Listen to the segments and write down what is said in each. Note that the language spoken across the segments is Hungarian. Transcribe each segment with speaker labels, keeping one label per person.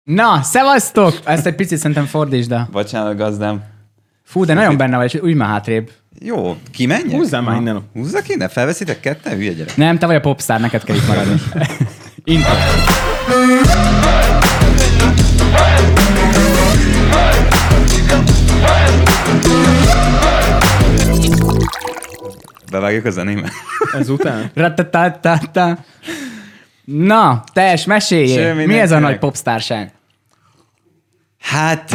Speaker 1: Na, szevasztok! Ezt egy picit szerintem fordítsd el.
Speaker 2: Bocsánat, gazdám.
Speaker 1: Fú, de nagyon benne vagy, úgy már hátrébb.
Speaker 2: Jó, kimenjek?
Speaker 3: Húzzál már innen.
Speaker 2: Húzzak innen? Felveszitek ketten? Hülye gyerek.
Speaker 1: Nem, te vagy a popstar, neked kell itt maradni. Intro.
Speaker 2: Bevágjuk a zenémet?
Speaker 3: Ezután?
Speaker 1: Ratatatata. Na, teljes meséljél.
Speaker 2: Semmi
Speaker 1: Mi ez a
Speaker 2: nem
Speaker 1: nagy
Speaker 2: kell.
Speaker 1: popstárság?
Speaker 2: Hát...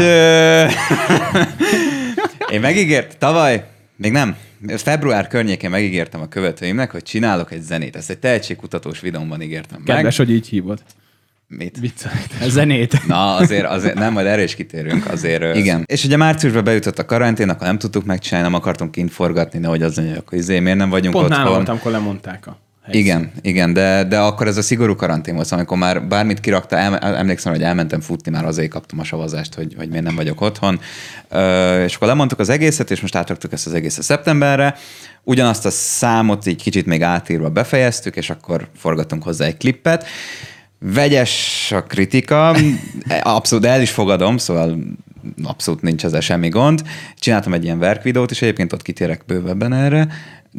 Speaker 2: én tavaly, még nem, február környékén megígértem a követőimnek, hogy csinálok egy zenét. Ezt egy tehetségkutatós videómban ígértem meg.
Speaker 3: Kedves, hogy így hívod.
Speaker 2: Mit?
Speaker 3: Viccelek.
Speaker 1: A zenét.
Speaker 2: Na, azért nem, majd erre is kitérünk. Azért, igen. És ugye márciusban bejutott a karantén, akkor nem tudtuk megcsinálni, nem akartunk kint forgatni, nehogy az mondja, hogy miért nem vagyunk
Speaker 3: Pont
Speaker 2: otthon.
Speaker 3: nálam voltam, amikor lemondták a helyszínt.
Speaker 2: Igen, de akkor ez a szigorú karantén volt, amikor már bármit kirakta, emlékszem, hogy elmentem futni, már azért kaptam a savazást, hogy miért nem vagyok otthon. És akkor lemondtuk az egészet, és most átraktuk ezt az egészet szeptemberre. Ugyanazt a számot így kicsit még átírva befejeztük, és akkor forgattunk hozzá egy klippet. Vegyes a kritika, abszolút el is fogadom, szóval abszolút nincs ezzel semmi gond. Csináltam egy ilyen verkvideót, és egyébként ott kitérek bővebben erre,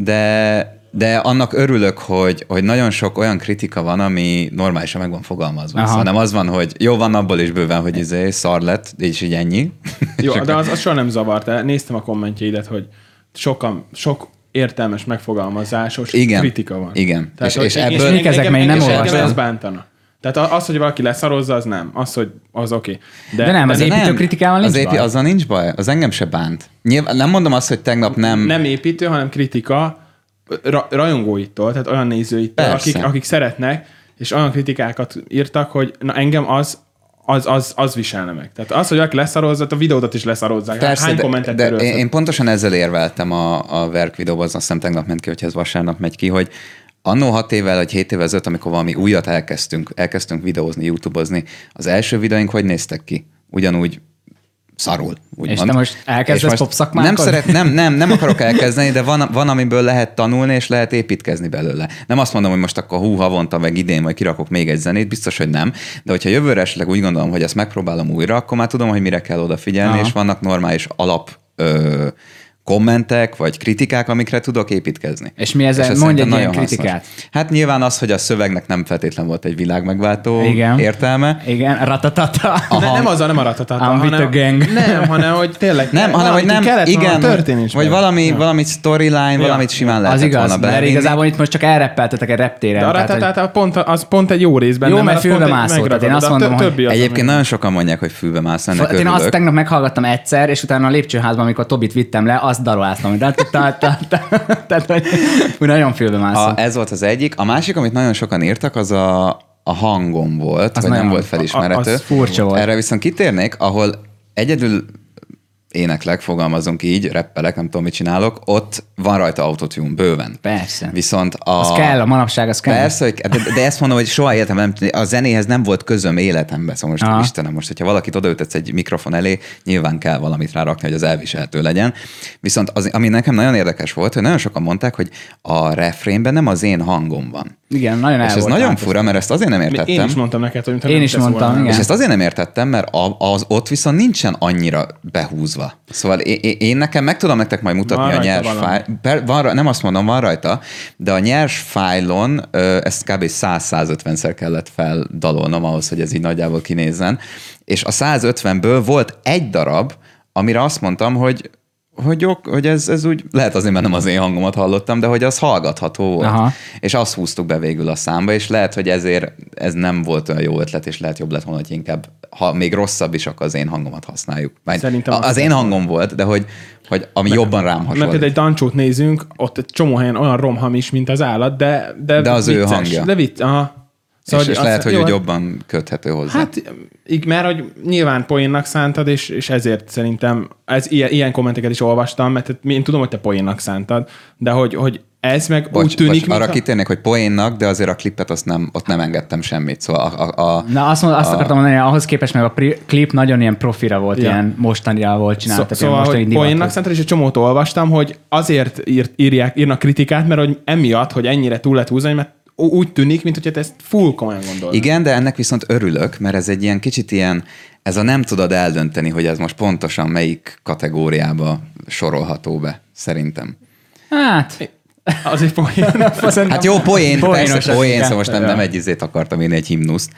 Speaker 2: de annak örülök, hogy nagyon sok olyan kritika van, ami normálisan meg van fogalmazva. Szóval nem az van, hogy jó, van abból is bőven, hogy szar lett, és így ennyi.
Speaker 3: Jó, de az soha nem zavart. Néztem a kommentjeidet, hogy sok értelmes megfogalmazásos kritika van.
Speaker 2: Igen.
Speaker 1: És mik ezek, mert én nem olvastam.
Speaker 3: Ez bántana. Tehát az, hogy valaki leszarozza, az nem. Az, hogy az oké.
Speaker 1: De nem, az építőkritikával nincs baj.
Speaker 2: Azzal nincs baj, az engem se bánt. Nyilván, nem mondom azt, hogy tegnap nem...
Speaker 3: Nem építő, hanem kritika rajongóitól, tehát olyan nézőitől, akik szeretnek, és olyan kritikákat írtak, hogy na engem az viselne meg. Tehát az, hogy valaki leszarozza, a videódat is leszarozzák.
Speaker 2: Persze,
Speaker 3: hány kommentet
Speaker 2: de
Speaker 3: törölsz?
Speaker 2: én pontosan ezzel érveltem a verk videóban, azt hiszem tegnap ment ki, hogyha ez vasárnap megy ki, hogy annó 6 évvel, vagy 7 évvel ezelőtt, amikor valami újat elkezdtünk videózni, YouTube-ozni, az első videóink hogy néztek ki? Ugyanúgy szarul, úgymond.
Speaker 1: És te most elkezdesz popszakmákat?
Speaker 2: Nem akarok elkezdeni, de van, amiből lehet tanulni, és lehet építkezni belőle. Nem azt mondom, hogy most akkor havonta, meg idén, vagy kirakok még egy zenét, biztos, hogy nem. De hogyha jövőre esetleg úgy gondolom, hogy ezt megpróbálom újra, akkor már tudom, hogy mire kell odafigyelni, és vannak normális kommentek, vagy kritikák, amikre tudok építkezni.
Speaker 1: És mi ezzel? Mondj egy ilyen kritikát.
Speaker 2: Hasznos. Hát nyilván az, hogy a szövegnek nem feltétlen volt egy világmegváltó értelme.
Speaker 1: Igen, ratatata.
Speaker 3: Nem az nem a ratatata, hanem hogy tényleg történés.
Speaker 2: Vagy valami storyline, valamit simán lehetett volna bevinni.
Speaker 1: Mert igazából itt most csak elreppeltetek egy reptéren.
Speaker 3: De a ratatata pont egy jó részben.
Speaker 1: Jó, mert fülbe mászol. Én azt mondom, hogy...
Speaker 2: Egyébként nagyon sokan mondják, hogy fülbe mászol.
Speaker 1: Én azt tegnap meghallgattam egyszer, és utána a lépcsőházban, amikor Tobit vittem le, azt daroláztam, tehát hogy nagyon fülbe mászol.
Speaker 2: Ez volt az egyik. A másik, amit nagyon sokan írtak, az a hangom volt, vagy nem volt felismerhető.
Speaker 1: Az furcsa volt.
Speaker 2: Erre viszont kitérnék, ahol egyedül éneklek, fogalmazunk így, rappelek, nem tudom, mit csinálok, ott van rajta autotune, bőven.
Speaker 1: Persze.
Speaker 2: Viszont
Speaker 1: az kell, a manapság az kell.
Speaker 2: Persze, de ezt mondom, hogy soha életemben a zenéhez nem volt közöm életemben, szóval most Istenem, most, hogyha valakit odaütetsz egy mikrofon elé, nyilván kell valamit rárakni, hogy az elviselhető legyen. Viszont ami nekem nagyon érdekes volt, hogy nagyon sokan mondták, hogy a refrénben nem az én hangom van.
Speaker 1: Igen, nagyon
Speaker 2: és ez nagyon fura, mert ezt azért nem értettem.
Speaker 3: Én is mondtam neked, hogy
Speaker 1: én is mondtam, igen.
Speaker 2: És ezt azért nem értettem, mert ott viszont nincsen annyira behúzva. Szóval én nekem meg tudom nektek majd mutatni a nyers fájl. Nem azt mondom, van rajta, de a nyers fájlon ezt kb. 100-150-szer kellett feldalolnom ahhoz, hogy ez így nagyjából kinézzen. És a 150-ből volt egy darab, amire azt mondtam, hogy ez úgy, lehet azért, mert nem az én hangomat hallottam, de hogy az hallgatható volt. Aha. És azt húztuk be végül a számba, és lehet, hogy ezért ez nem volt olyan jó ötlet, és lehet jobb lett volna, hogy inkább, ha még rosszabb is, akkor az én hangomat használjuk. Az én hangom volt, de hogy ami jobban rám hasonlít.
Speaker 3: Mert például egy dancsót nézünk, ott egy csomó helyen olyan romhamis, mint az állat, de
Speaker 2: az vicces, ő hangja.
Speaker 3: Szóval
Speaker 2: és lehet, hogy úgy jobban köthető hozzá.
Speaker 3: Hát, mert hogy nyilván poénnak szántad, és ezért szerintem ilyen kommenteket is olvastam, mert én tudom, hogy te poénnak szántad, de hogy ez meg úgy tűnik,
Speaker 2: arra kitérnék, hogy poénnak, de azért a klippet ott nem engedtem semmit. Szóval
Speaker 1: Na, azt akartam mondani, hogy ahhoz képest meg a klip nagyon ilyen profira volt, ilyen mostanira volt csinálta.
Speaker 3: Szóval, hogy poénnak szántad, és egy csomót olvastam, hogy azért írnak kritikát, mert hogy emiatt, hogy ennyire túl lett húzni, mert úgy tűnik, mint hogy ezt full komolyan gondolnak.
Speaker 2: Igen, de ennek viszont örülök, mert ez egy ilyen kicsit ilyen, ez a nem tudod eldönteni, hogy ez most pontosan melyik kategóriába sorolható be, szerintem.
Speaker 1: Hát...
Speaker 3: Az egy poén.
Speaker 2: Hát jó, poén, persze poén, szóval most
Speaker 3: Ja.
Speaker 2: nem egy izét akartam írni, egy himnuszt,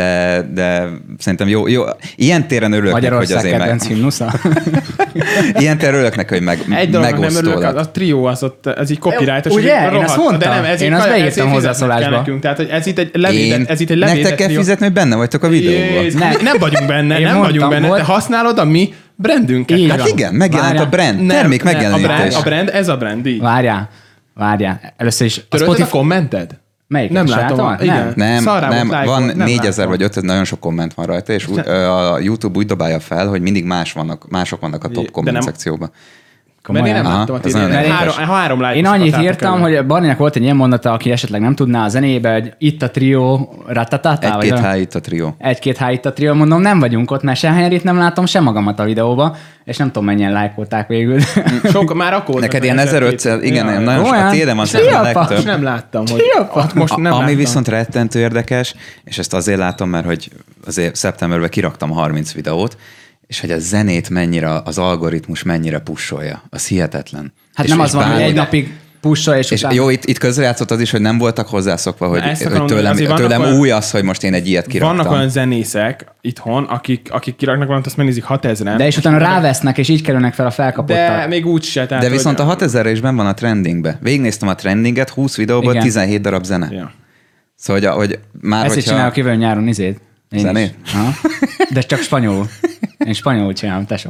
Speaker 2: de szerintem jó. Ilyen téren örülök neki, hogy
Speaker 1: Magyarország
Speaker 2: azért
Speaker 1: kedvenc himnusza.
Speaker 2: Ilyen téren örülök neki, hogy
Speaker 3: Egy dolognak nem
Speaker 2: megosztó
Speaker 3: örülök,
Speaker 2: lett.
Speaker 3: a trió az ott, ez így copyrightos.
Speaker 1: Ugye?
Speaker 3: ez így
Speaker 1: Én azt
Speaker 3: rohadt,
Speaker 1: mondtam.
Speaker 3: de nem, ez
Speaker 1: Én
Speaker 3: így
Speaker 1: azt
Speaker 3: kaja-
Speaker 1: beírtam
Speaker 3: ez így fizetnünk
Speaker 1: hozzászólásba.
Speaker 3: kell nekünk. Tehát, hogy ez itt egy
Speaker 2: Én
Speaker 3: levédett
Speaker 2: nektek kell
Speaker 3: trió.
Speaker 2: fizetni, hogy benne vagytok a videóban.
Speaker 3: Nem vagyunk benne,
Speaker 1: Én
Speaker 3: nem
Speaker 1: mondtam,
Speaker 3: vagyunk benne.
Speaker 1: volt.
Speaker 3: Te használod a mi brandünket.
Speaker 1: Így
Speaker 3: Hát
Speaker 1: van.
Speaker 2: Igen, megjelent
Speaker 1: Várjál.
Speaker 2: a brand,
Speaker 3: nem,
Speaker 2: termék
Speaker 3: nem,
Speaker 2: megjelenítés.
Speaker 3: a brand, ez a brand, így.
Speaker 1: Várjál. Először is a
Speaker 3: Törölted a
Speaker 1: Spotify...
Speaker 3: kommented?
Speaker 1: Melyiket?
Speaker 3: Nem
Speaker 1: A
Speaker 3: látom.
Speaker 1: sajátomat?
Speaker 3: Igen.
Speaker 2: Nem,
Speaker 3: Szarrá volt lájkol,
Speaker 2: van
Speaker 3: nem
Speaker 2: 4000
Speaker 3: látom.
Speaker 2: vagy 5000, nagyon sok komment van rajta, és a YouTube úgy dobálja fel, hogy mindig mások vannak a top
Speaker 3: De
Speaker 2: komment
Speaker 3: nem-
Speaker 2: szekcióban.
Speaker 3: Mert én nem
Speaker 2: Aha,
Speaker 3: láttam a
Speaker 2: ez nagyon
Speaker 3: tévén.
Speaker 2: érdekes.
Speaker 3: Három lájkot
Speaker 1: Én annyit
Speaker 3: kaptátok
Speaker 1: írtam,
Speaker 3: elő.
Speaker 1: hogy Barninak volt egy ilyen mondata, aki esetleg nem tudná a zenébe, hogy itt a trió, ratatata,
Speaker 2: Egy-két H itt a trió.
Speaker 1: Egy-két H itt a trió, mondom, nem vagyunk ott, mert se Henryt nem látom, sem magamat a videóba, és nem tudom, mennyien lájkolták végül.
Speaker 3: Sok, már akkor
Speaker 2: Neked ilyen 1500, igen,
Speaker 3: Ja,
Speaker 2: nagyon sok,
Speaker 1: olyan?
Speaker 2: a tiédem az
Speaker 1: És mi
Speaker 2: a
Speaker 1: a
Speaker 2: legtöbb.
Speaker 3: és nem láttam, hogy
Speaker 1: Jó,
Speaker 3: ott most nem
Speaker 2: Ami
Speaker 3: láttam.
Speaker 2: viszont rettentő érdekes, és ezt azért látom, mert hogy azért szeptemberben kiraktam 30 videót, és hogy a zenét mennyire, az algoritmus mennyire pusolja. Az hihetetlen.
Speaker 1: Hát
Speaker 2: és,
Speaker 1: nem
Speaker 2: és
Speaker 1: az van, hogy egy napig pussol, és
Speaker 2: És
Speaker 1: utána...
Speaker 2: jó, itt közrejátszott az is, hogy nem voltak hozzászokva, hogy,
Speaker 3: ezt
Speaker 2: hogy
Speaker 3: akarom mondani, azért vannak
Speaker 2: tőlem
Speaker 3: olyan-
Speaker 2: új az, hogy most én egy ilyet kiraktam.
Speaker 3: Vannak olyan zenészek itthon, akik kiraknak valamit, azt megnézik 6000-en.
Speaker 1: De és utána rávesznek, és így kerülnek fel a felkapottak.
Speaker 3: De még úgy se. Tehát,
Speaker 2: De viszont a
Speaker 3: hogy-
Speaker 2: 6000-re is benn van a trendingbe. Végignéztem a trendinget, 20 videóból,
Speaker 1: Igen.
Speaker 2: 17 darab zene.
Speaker 3: Ja.
Speaker 2: Szóval, hogy már
Speaker 1: Ezt is csinálok jövő nyáron izét. Én
Speaker 2: Zenét?
Speaker 1: is. Aha. De csak spanyolul. Én spanyolul csinálom, tesó.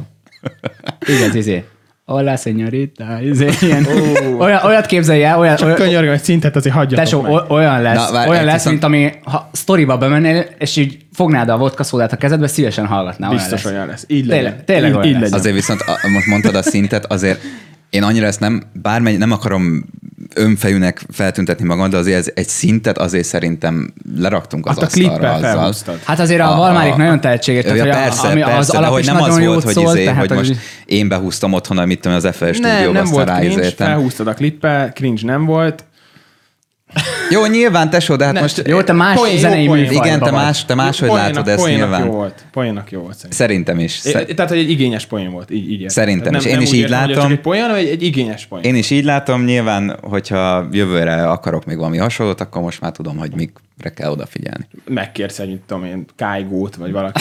Speaker 1: Igaz, izé. Hola, señorita, izé, ilyen. Olyat képzelj el, olyan,
Speaker 3: Könyörgöm, egy szintet azért hagyjatok
Speaker 1: tesó,
Speaker 3: meg.
Speaker 1: olyan lesz,
Speaker 2: Na, várj,
Speaker 1: olyan lesz,
Speaker 2: viszont-
Speaker 1: mint ami, ha sztoriba bemennél, és így fognád a vodka szódát a kezedbe, szívesen hallgatnál.
Speaker 3: Biztos
Speaker 1: olyan
Speaker 3: olyan lesz. Így legyen.
Speaker 1: Tényleg
Speaker 3: így,
Speaker 1: olyan
Speaker 3: így
Speaker 1: lesz.
Speaker 3: legyen.
Speaker 2: Azért viszont most mondtad a szintet, azért én annyira ezt nem akarom önfejűnek feltüntetni magam, de azért egy szintet azért szerintem leraktunk az
Speaker 3: Hát a
Speaker 2: asztalra
Speaker 3: klippel
Speaker 2: azzal.
Speaker 3: felhúztad.
Speaker 1: Hát azért a Valmárik nagyon tehetséges, tehát
Speaker 2: Ja,
Speaker 1: hogy
Speaker 2: persze,
Speaker 1: ami
Speaker 2: persze,
Speaker 1: az
Speaker 2: de
Speaker 1: alap
Speaker 2: hogy
Speaker 1: is
Speaker 2: nem az
Speaker 1: nagyon
Speaker 2: volt,
Speaker 1: jót
Speaker 2: hogy,
Speaker 1: szól, tehát
Speaker 2: hogy
Speaker 1: az-
Speaker 2: most én behúztam otthon, amit tudom, az FL stúdióba,
Speaker 3: Nem
Speaker 2: aztán
Speaker 3: volt cringe,
Speaker 2: ráizéltem.
Speaker 3: felhúztad a klippel, cringe nem volt.
Speaker 2: Jó, nyilván tesó, de hát
Speaker 3: Ne,
Speaker 2: most...
Speaker 1: Jó, te más
Speaker 3: Poén, jó
Speaker 1: zenei
Speaker 3: poén.
Speaker 1: műfajban
Speaker 2: Igen,
Speaker 1: vagy.
Speaker 2: te máshogy látod ezt nyilván.
Speaker 3: Jó volt. Poénnak jó volt szerintem.
Speaker 2: Szerintem is.
Speaker 3: Tehát, hogy egy igényes poén volt, így értem.
Speaker 2: Szerintem
Speaker 3: Tehát
Speaker 2: is. Én is
Speaker 3: úgy
Speaker 2: így
Speaker 3: értem, hogy ez
Speaker 2: látom.
Speaker 3: Csak egy poén, hanem egy igényes poén.
Speaker 2: Én is így látom, nyilván, hogyha jövőre akarok még valami hasonlót, akkor most már tudom, hogy mikre kell odafigyelni.
Speaker 3: Megkérsz egy, tudom én, Kájgót, vagy valaki.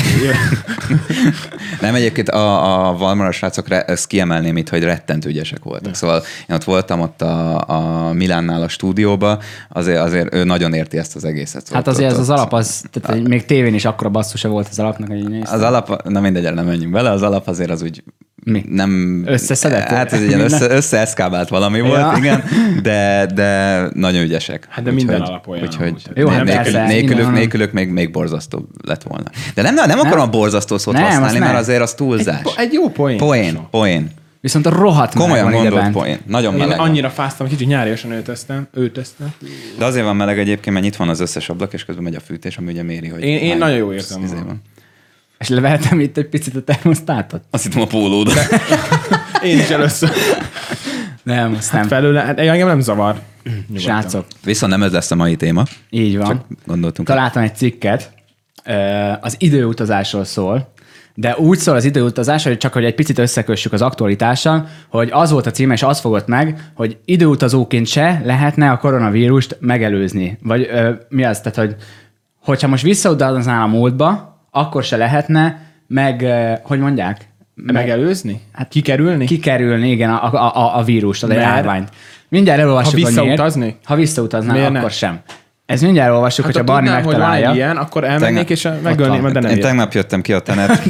Speaker 2: Nem, egyébként a Valmaras srácok, ezt kiemelném itt, hogy rettentő ügyesek voltak. Szóval én ott voltam ott a Milánnál a stúdióba, azért ő nagyon érti ezt az egészet.
Speaker 1: Hát azért ez az alap, az, tehát hogy még tévén is akkora basszusa volt az alapnak, hogy így néztem.
Speaker 2: Az alap, na mindegy, nem menjünk bele, az alap azért az úgy
Speaker 1: Mi?
Speaker 2: nem...
Speaker 1: Összeszedett?
Speaker 2: Hát ez egy ilyen összeeszkábált valami volt,
Speaker 1: Ja.
Speaker 2: igen, de nagyon ügyesek.
Speaker 3: Hát de minden alap olyan
Speaker 2: Úgyhogy
Speaker 3: amúgy.
Speaker 1: Jó, hát persze, minden-
Speaker 2: nélkülük még borzasztó lett volna. De nem akarom a borzasztó szót
Speaker 1: Nem,
Speaker 2: használni,
Speaker 1: azt
Speaker 2: mert
Speaker 1: nem.
Speaker 2: azért az túlzás.
Speaker 3: Egy jó poén.
Speaker 2: Poén.
Speaker 1: Viszont a rohadt meleg
Speaker 2: Komolyan
Speaker 1: van ide
Speaker 2: gondolt
Speaker 1: bent.
Speaker 2: poén. Nagyon
Speaker 3: Én
Speaker 2: meleg. van.
Speaker 3: annyira fáztam, kicsit nyáriasan öltöztem.
Speaker 2: De azért van meleg egyébként, mert itt van az összes ablak, és közben megy a fűtés, ami ugye méri, hogy...
Speaker 3: Én
Speaker 2: hány
Speaker 3: nagyon jó érzem
Speaker 2: izé
Speaker 3: magam.
Speaker 2: van.
Speaker 1: És levehetem itt egy picit a termosztátot?
Speaker 2: Azt hittem a pólód.
Speaker 3: Én is először.
Speaker 1: Nem, azt nem.
Speaker 3: Felőle, hát engem nem zavar. Nyugodtan.
Speaker 1: Srácok,
Speaker 2: Viszont nem ez lesz a mai téma.
Speaker 1: így van.
Speaker 2: Csak gondoltunk.
Speaker 1: Találtam egy cikket, az időutazásról szól, de úgy szól az időutazás, hogy csak hogy egy picit összekössük az aktualitással, hogy az volt a címe, és az fogott meg, hogy időutazóként se lehetne a koronavírust megelőzni. Vagy mi az? Tehát, hogyha most visszautaznál a múltba, akkor se lehetne hogy mondják?
Speaker 3: Megelőzni?
Speaker 1: Hát
Speaker 3: Kikerülni?
Speaker 1: Kikerülni, igen, a vírust, a
Speaker 3: Mert?
Speaker 1: járványt. Mindjárt elolvassuk,
Speaker 3: Ha
Speaker 1: hogy miért.
Speaker 3: visszautazni?
Speaker 1: Ha visszautaznál,
Speaker 3: Miért
Speaker 1: akkor
Speaker 3: ne?
Speaker 1: sem. Ez mindjárt olvassuk,
Speaker 3: Hát,
Speaker 1: hogyha
Speaker 3: ha
Speaker 1: Barni
Speaker 3: tudnám, hogy van
Speaker 1: megtalálja.
Speaker 3: egy ilyen, akkor elmennék és megölném, de nem
Speaker 2: Én
Speaker 3: ért.
Speaker 2: tegnap jöttem ki a tenet.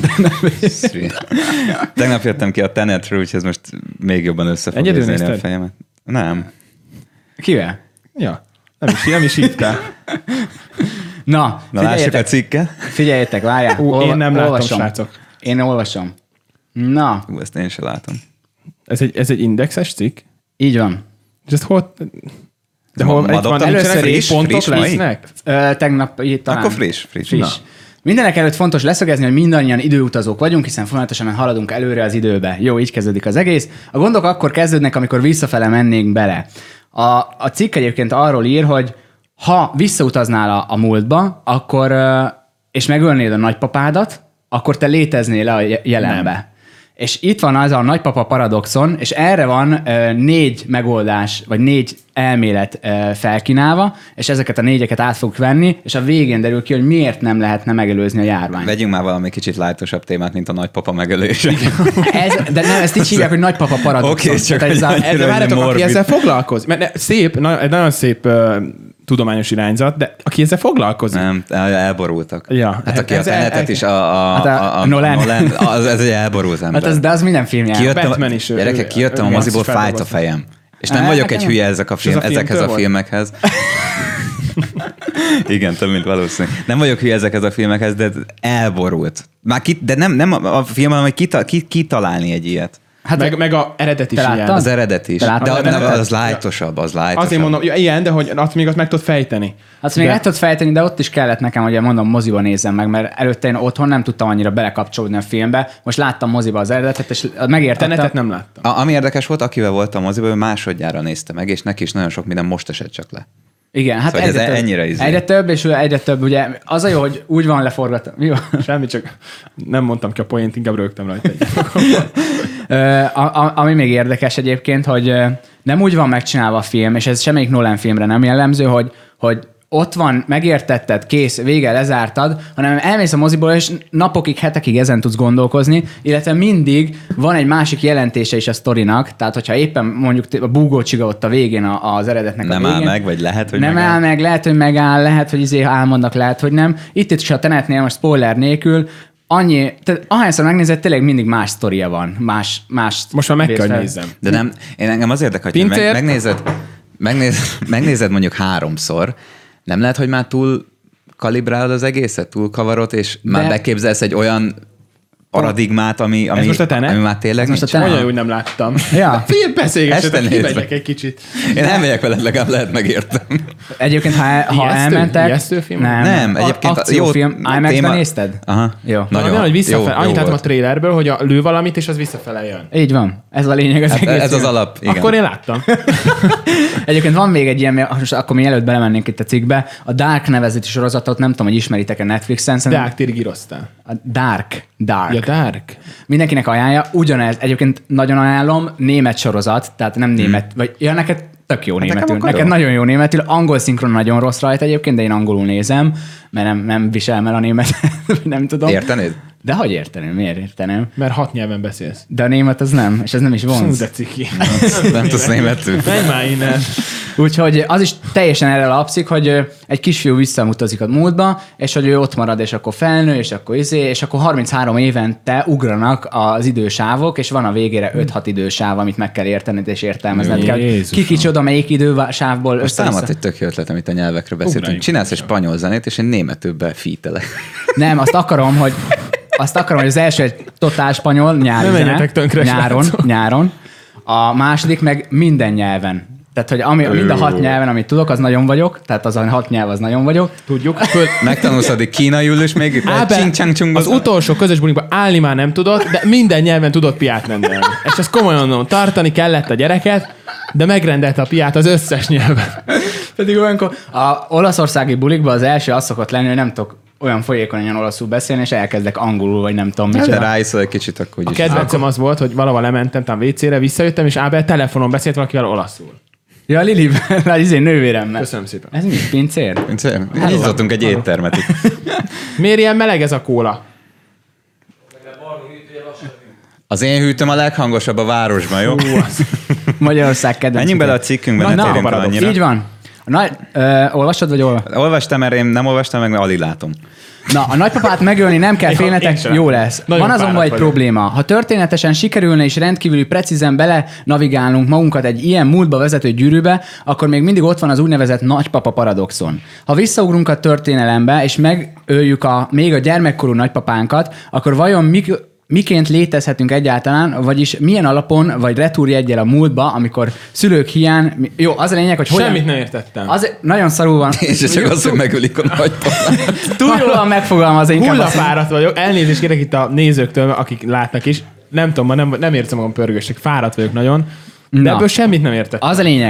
Speaker 2: Tegnap jöttem ki a tenetről, úgyhogy ez most még jobban össze fog
Speaker 3: Egyedül
Speaker 2: érzeni a
Speaker 3: nézted?
Speaker 2: fejemet. Nem.
Speaker 1: Kivel?
Speaker 3: Ja, nem is hittál.
Speaker 1: Na,
Speaker 2: Na lássuk a
Speaker 1: figyeljetek,
Speaker 2: cikket.
Speaker 1: figyeljetek, várjál.
Speaker 3: Én nem látom,
Speaker 1: olvasom.
Speaker 3: srácok.
Speaker 1: Én olvasom. Na,
Speaker 2: Ezt én sem látom.
Speaker 3: Ez egy indexes cikk?
Speaker 1: így van.
Speaker 3: És ezt hol... De
Speaker 2: Ma
Speaker 3: hol itt van
Speaker 2: dobtam
Speaker 3: először
Speaker 1: friss,
Speaker 3: is pontok
Speaker 2: friss mai?
Speaker 3: lesznek?
Speaker 1: Tegnap így talán.
Speaker 2: Akkor friss.
Speaker 1: Na.
Speaker 2: Na.
Speaker 1: Mindenek előtt fontos leszögezni, hogy mindannyian időutazók vagyunk, hiszen folyamatosan haladunk előre az időbe. Jó, így kezdődik az egész. A gondok akkor kezdődnek, amikor visszafele mennénk bele. A cikk egyébként arról ír, hogy ha visszautaznál a múltba, akkor, és megölnéd a nagypapádat, akkor te léteznél a jelenbe. Nem. És itt van az a nagypapa paradoxon, és erre van 4 megoldás, vagy 4 elmélet felkínálva, és ezeket a 4-eket át fogjuk venni, és a végén derül ki, hogy miért nem lehetne megelőzni a járványt.
Speaker 2: Vegyünk már valami kicsit lightosabb témát, mint a nagypapa megelése.
Speaker 1: De nem, ezt így hívják, hogy nagypapa paradoxon.
Speaker 2: Oké, csak
Speaker 3: várjátok, aki ezzel foglalkozik, mert szép, egy nagyon szép tudományos irányzat, de aki ezzel foglalkozik.
Speaker 2: Nem, elborultak.
Speaker 3: Ja.
Speaker 2: Hát aki a Tenetet is,
Speaker 1: a Nolan.
Speaker 2: ez egy elborult ember.
Speaker 1: Hát de az minden filmje.
Speaker 3: Batman is.
Speaker 2: Gyerekek, kijöttem a moziból, fájt a fejem. És nem vagyok egy hülye ezekhez a filmekhez. Igen, több, mint valószínű. Nem vagyok hülye ezekhez a filmekhez, de elborult. De nem a film, hanem hogy kitalálni egy ilyet.
Speaker 3: Hát meg a eredet is ilyen.
Speaker 2: Az eredet is. De az lightosabb,
Speaker 3: Azért mondom, ilyen, de hogy azt még meg tudod fejteni.
Speaker 1: Azt még meg tudod fejteni, de ott is kellett nekem, hogy mondom, moziba nézzem meg, mert előtte én otthon nem tudtam annyira belekapcsolódni a filmbe. Most láttam moziba az eredetet, és megértettem.
Speaker 3: Tenetet nem láttam.
Speaker 2: Ami érdekes volt, akivel voltam moziba, ő másodjára nézte meg, és neki is nagyon sok minden most esett csak le.
Speaker 1: Igen, hát
Speaker 2: szóval
Speaker 1: egyre több, és egyre több, ugye az a jó, hogy úgy van leforgatva. Mi van?
Speaker 3: Semmi, csak nem mondtam ki a poént, inkább rögtem rajta
Speaker 1: ami még érdekes egyébként, hogy nem úgy van megcsinálva a film, és ez semmelyik Nolan filmre nem jellemző, hogy ott van, megértetted, kész, vége, lezártad, hanem elmész a moziból, és napokig, hetekig ezen tudsz gondolkozni, illetve mindig van egy másik jelentése is a sztorinak, tehát hogyha éppen mondjuk a búgócsiga ott a végén az eredetnek
Speaker 2: nem
Speaker 1: a végén.
Speaker 2: Nem áll meg, vagy lehet, hogy
Speaker 1: nem áll meg, lehet, hogy megáll, lehet, hogy álmodnak, lehet, hogy nem. Itt is a Tenetnél most spoiler nélkül, tehát ahányszor megnézed, tényleg mindig más sztoria van, más
Speaker 3: most már meg kell, hogy nézzem.
Speaker 2: De nem, engem az érdekel, hogy megnézed mondjuk 3-szor, nem lehet, hogy már túl kalibrálod az egészet, túl kavarod, és már beképzelsz egy olyan paradigmát, ami már tényleg nincs.
Speaker 3: Olyan, hogy nem láttam.
Speaker 1: Ja.
Speaker 3: Figyelj, beszélgessetek, kimegyek egy kicsit.
Speaker 2: Én nem megyek veled, legalább lehet megértem.
Speaker 1: Egyébként, ha elmentek...
Speaker 3: Ijesztő film?
Speaker 2: Nem, egyébként...
Speaker 1: Akciófilm. IMAX-ben nézted?
Speaker 2: Aha.
Speaker 1: Jó.
Speaker 3: Nagyon, hogy visszafele. Annyit láttam a trailerből, hogy lő valamit, és az visszafele jön.
Speaker 1: Így van. Ez a lényeg az egész.
Speaker 2: Ez az alap, igen.
Speaker 3: Akkor én láttam.
Speaker 1: Egyébként van még egy ilyen, most akkor mielőtt belemennénk itt a cikkbe, a Dark nevezetű sorozatot, nem tudom, hogy ismeritek-e Netflixen.
Speaker 3: Dark tirigíroztál.
Speaker 1: A Dark.
Speaker 3: Ja, Dark.
Speaker 1: Mindenkinek ajánlja. Ugyanez, egyébként nagyon ajánlom, német sorozat, tehát nem német, vagy neked tök jó németül. Neked nagyon jó németül. Angol szinkron nagyon rossz rajta egyébként, de én angolul nézem, mert nem viselem el a németet, nem tudom.
Speaker 2: Értenéd?
Speaker 1: De hogy érteném? Miért érteném?
Speaker 3: Mert 6 nyelven beszélsz.
Speaker 1: De a német az nem, és ez nem is vonz.
Speaker 3: De ciki.
Speaker 2: Nem tudsz németül.
Speaker 3: Menj már innen.
Speaker 1: Úgyhogy az is teljesen erre alapszik, hogy egy kisfiú visszamutazik a múltba, és hogy ő ott marad, és akkor felnő, és akkor 33 évente ugranak az idősávok, és van a végére 5-6 idősáv, amit meg kell értened és értelmezned kell. Kicsoda, melyik idősávból össze.
Speaker 2: Támadt egy tök jó ötlet, amit a nyelvekről beszéltünk. Csinálsz egy spanyol zenét, és én németül befítelek.
Speaker 1: Nem, azt akarom, hogy az első egy totál spanyol nyári zene, nyáron. A második meg minden nyelven. Tehát, hogy mind a 6 nyelven, amit tudok, az nagyon vagyok. Tehát az a 6 nyelv, az nagyon vagyok.
Speaker 3: Tudjuk.
Speaker 2: Megtanulsz addig kínaiul, és még
Speaker 3: az utolsó közös bulinkban állni már nem tudott, de minden nyelven tudott piát rendelni. És ezt komolyan mondom, tartani kellett a gyereket, de megrendelte a piát az összes nyelven.
Speaker 1: Pedig olyankor a olaszországi bulikban az első az szokott lenni, hogy nem tudok olyan folyékonyan olaszul beszélni, és elkezdek angolul, vagy nem tudom.
Speaker 2: De ráiszol egy kicsit, akkor
Speaker 3: a kedvencem az volt, hogy valahol lementem, talán WC-re, visszajöttem, és Ábel telefonon beszélt valakivel olaszul.
Speaker 1: Ja, Lili, az nővéremmel.
Speaker 3: Köszönöm szépen.
Speaker 1: Ez mi? Pincér?
Speaker 2: Nyitottunk egy éttermet itt.
Speaker 3: Miért ilyen meleg ez a kóla?
Speaker 2: Az én hűtőm a leghangosabb a városban, jó?
Speaker 1: Magyarország kedvenc.
Speaker 2: Menjünk bele a cikkünkbe, ne térjünk annyira.
Speaker 1: Így van. Olvastad, vagy olvastad?
Speaker 2: Olvastam, mert én nem olvastam, meg alig látom.
Speaker 1: Na, a nagypapát megölni nem kell félnetek, jó lesz. Nagyon van azonban egy probléma. Ha történetesen sikerülne és rendkívüli precízen bele navigálnunk magunkat egy ilyen múltba vezető gyűrűbe, akkor még mindig ott van az úgynevezett nagypapa paradoxon. Ha visszaugrunk a történelembe, és megöljük még a gyermekkorú nagypapánkat, akkor vajon miként létezhetünk egyáltalán, vagyis milyen alapon, vagy retúrjeggyel a múltba, amikor szülők hiány... Jó, az a lényeg, hogy hogyan...
Speaker 3: Semmit nem értettem.
Speaker 1: Az nagyon szarul van.
Speaker 2: És csak az, hogy megölik a nagypapát.
Speaker 1: Túl jól van megfogalmazva.
Speaker 3: Hullafáradt vagyok. Elnézést kérek itt a nézőktől, akik látnak is. Nem tudom, nem érzem magam pörgősnek. Fáradt vagyok nagyon. De ebből semmit nem értettem.
Speaker 1: Az a lényeg.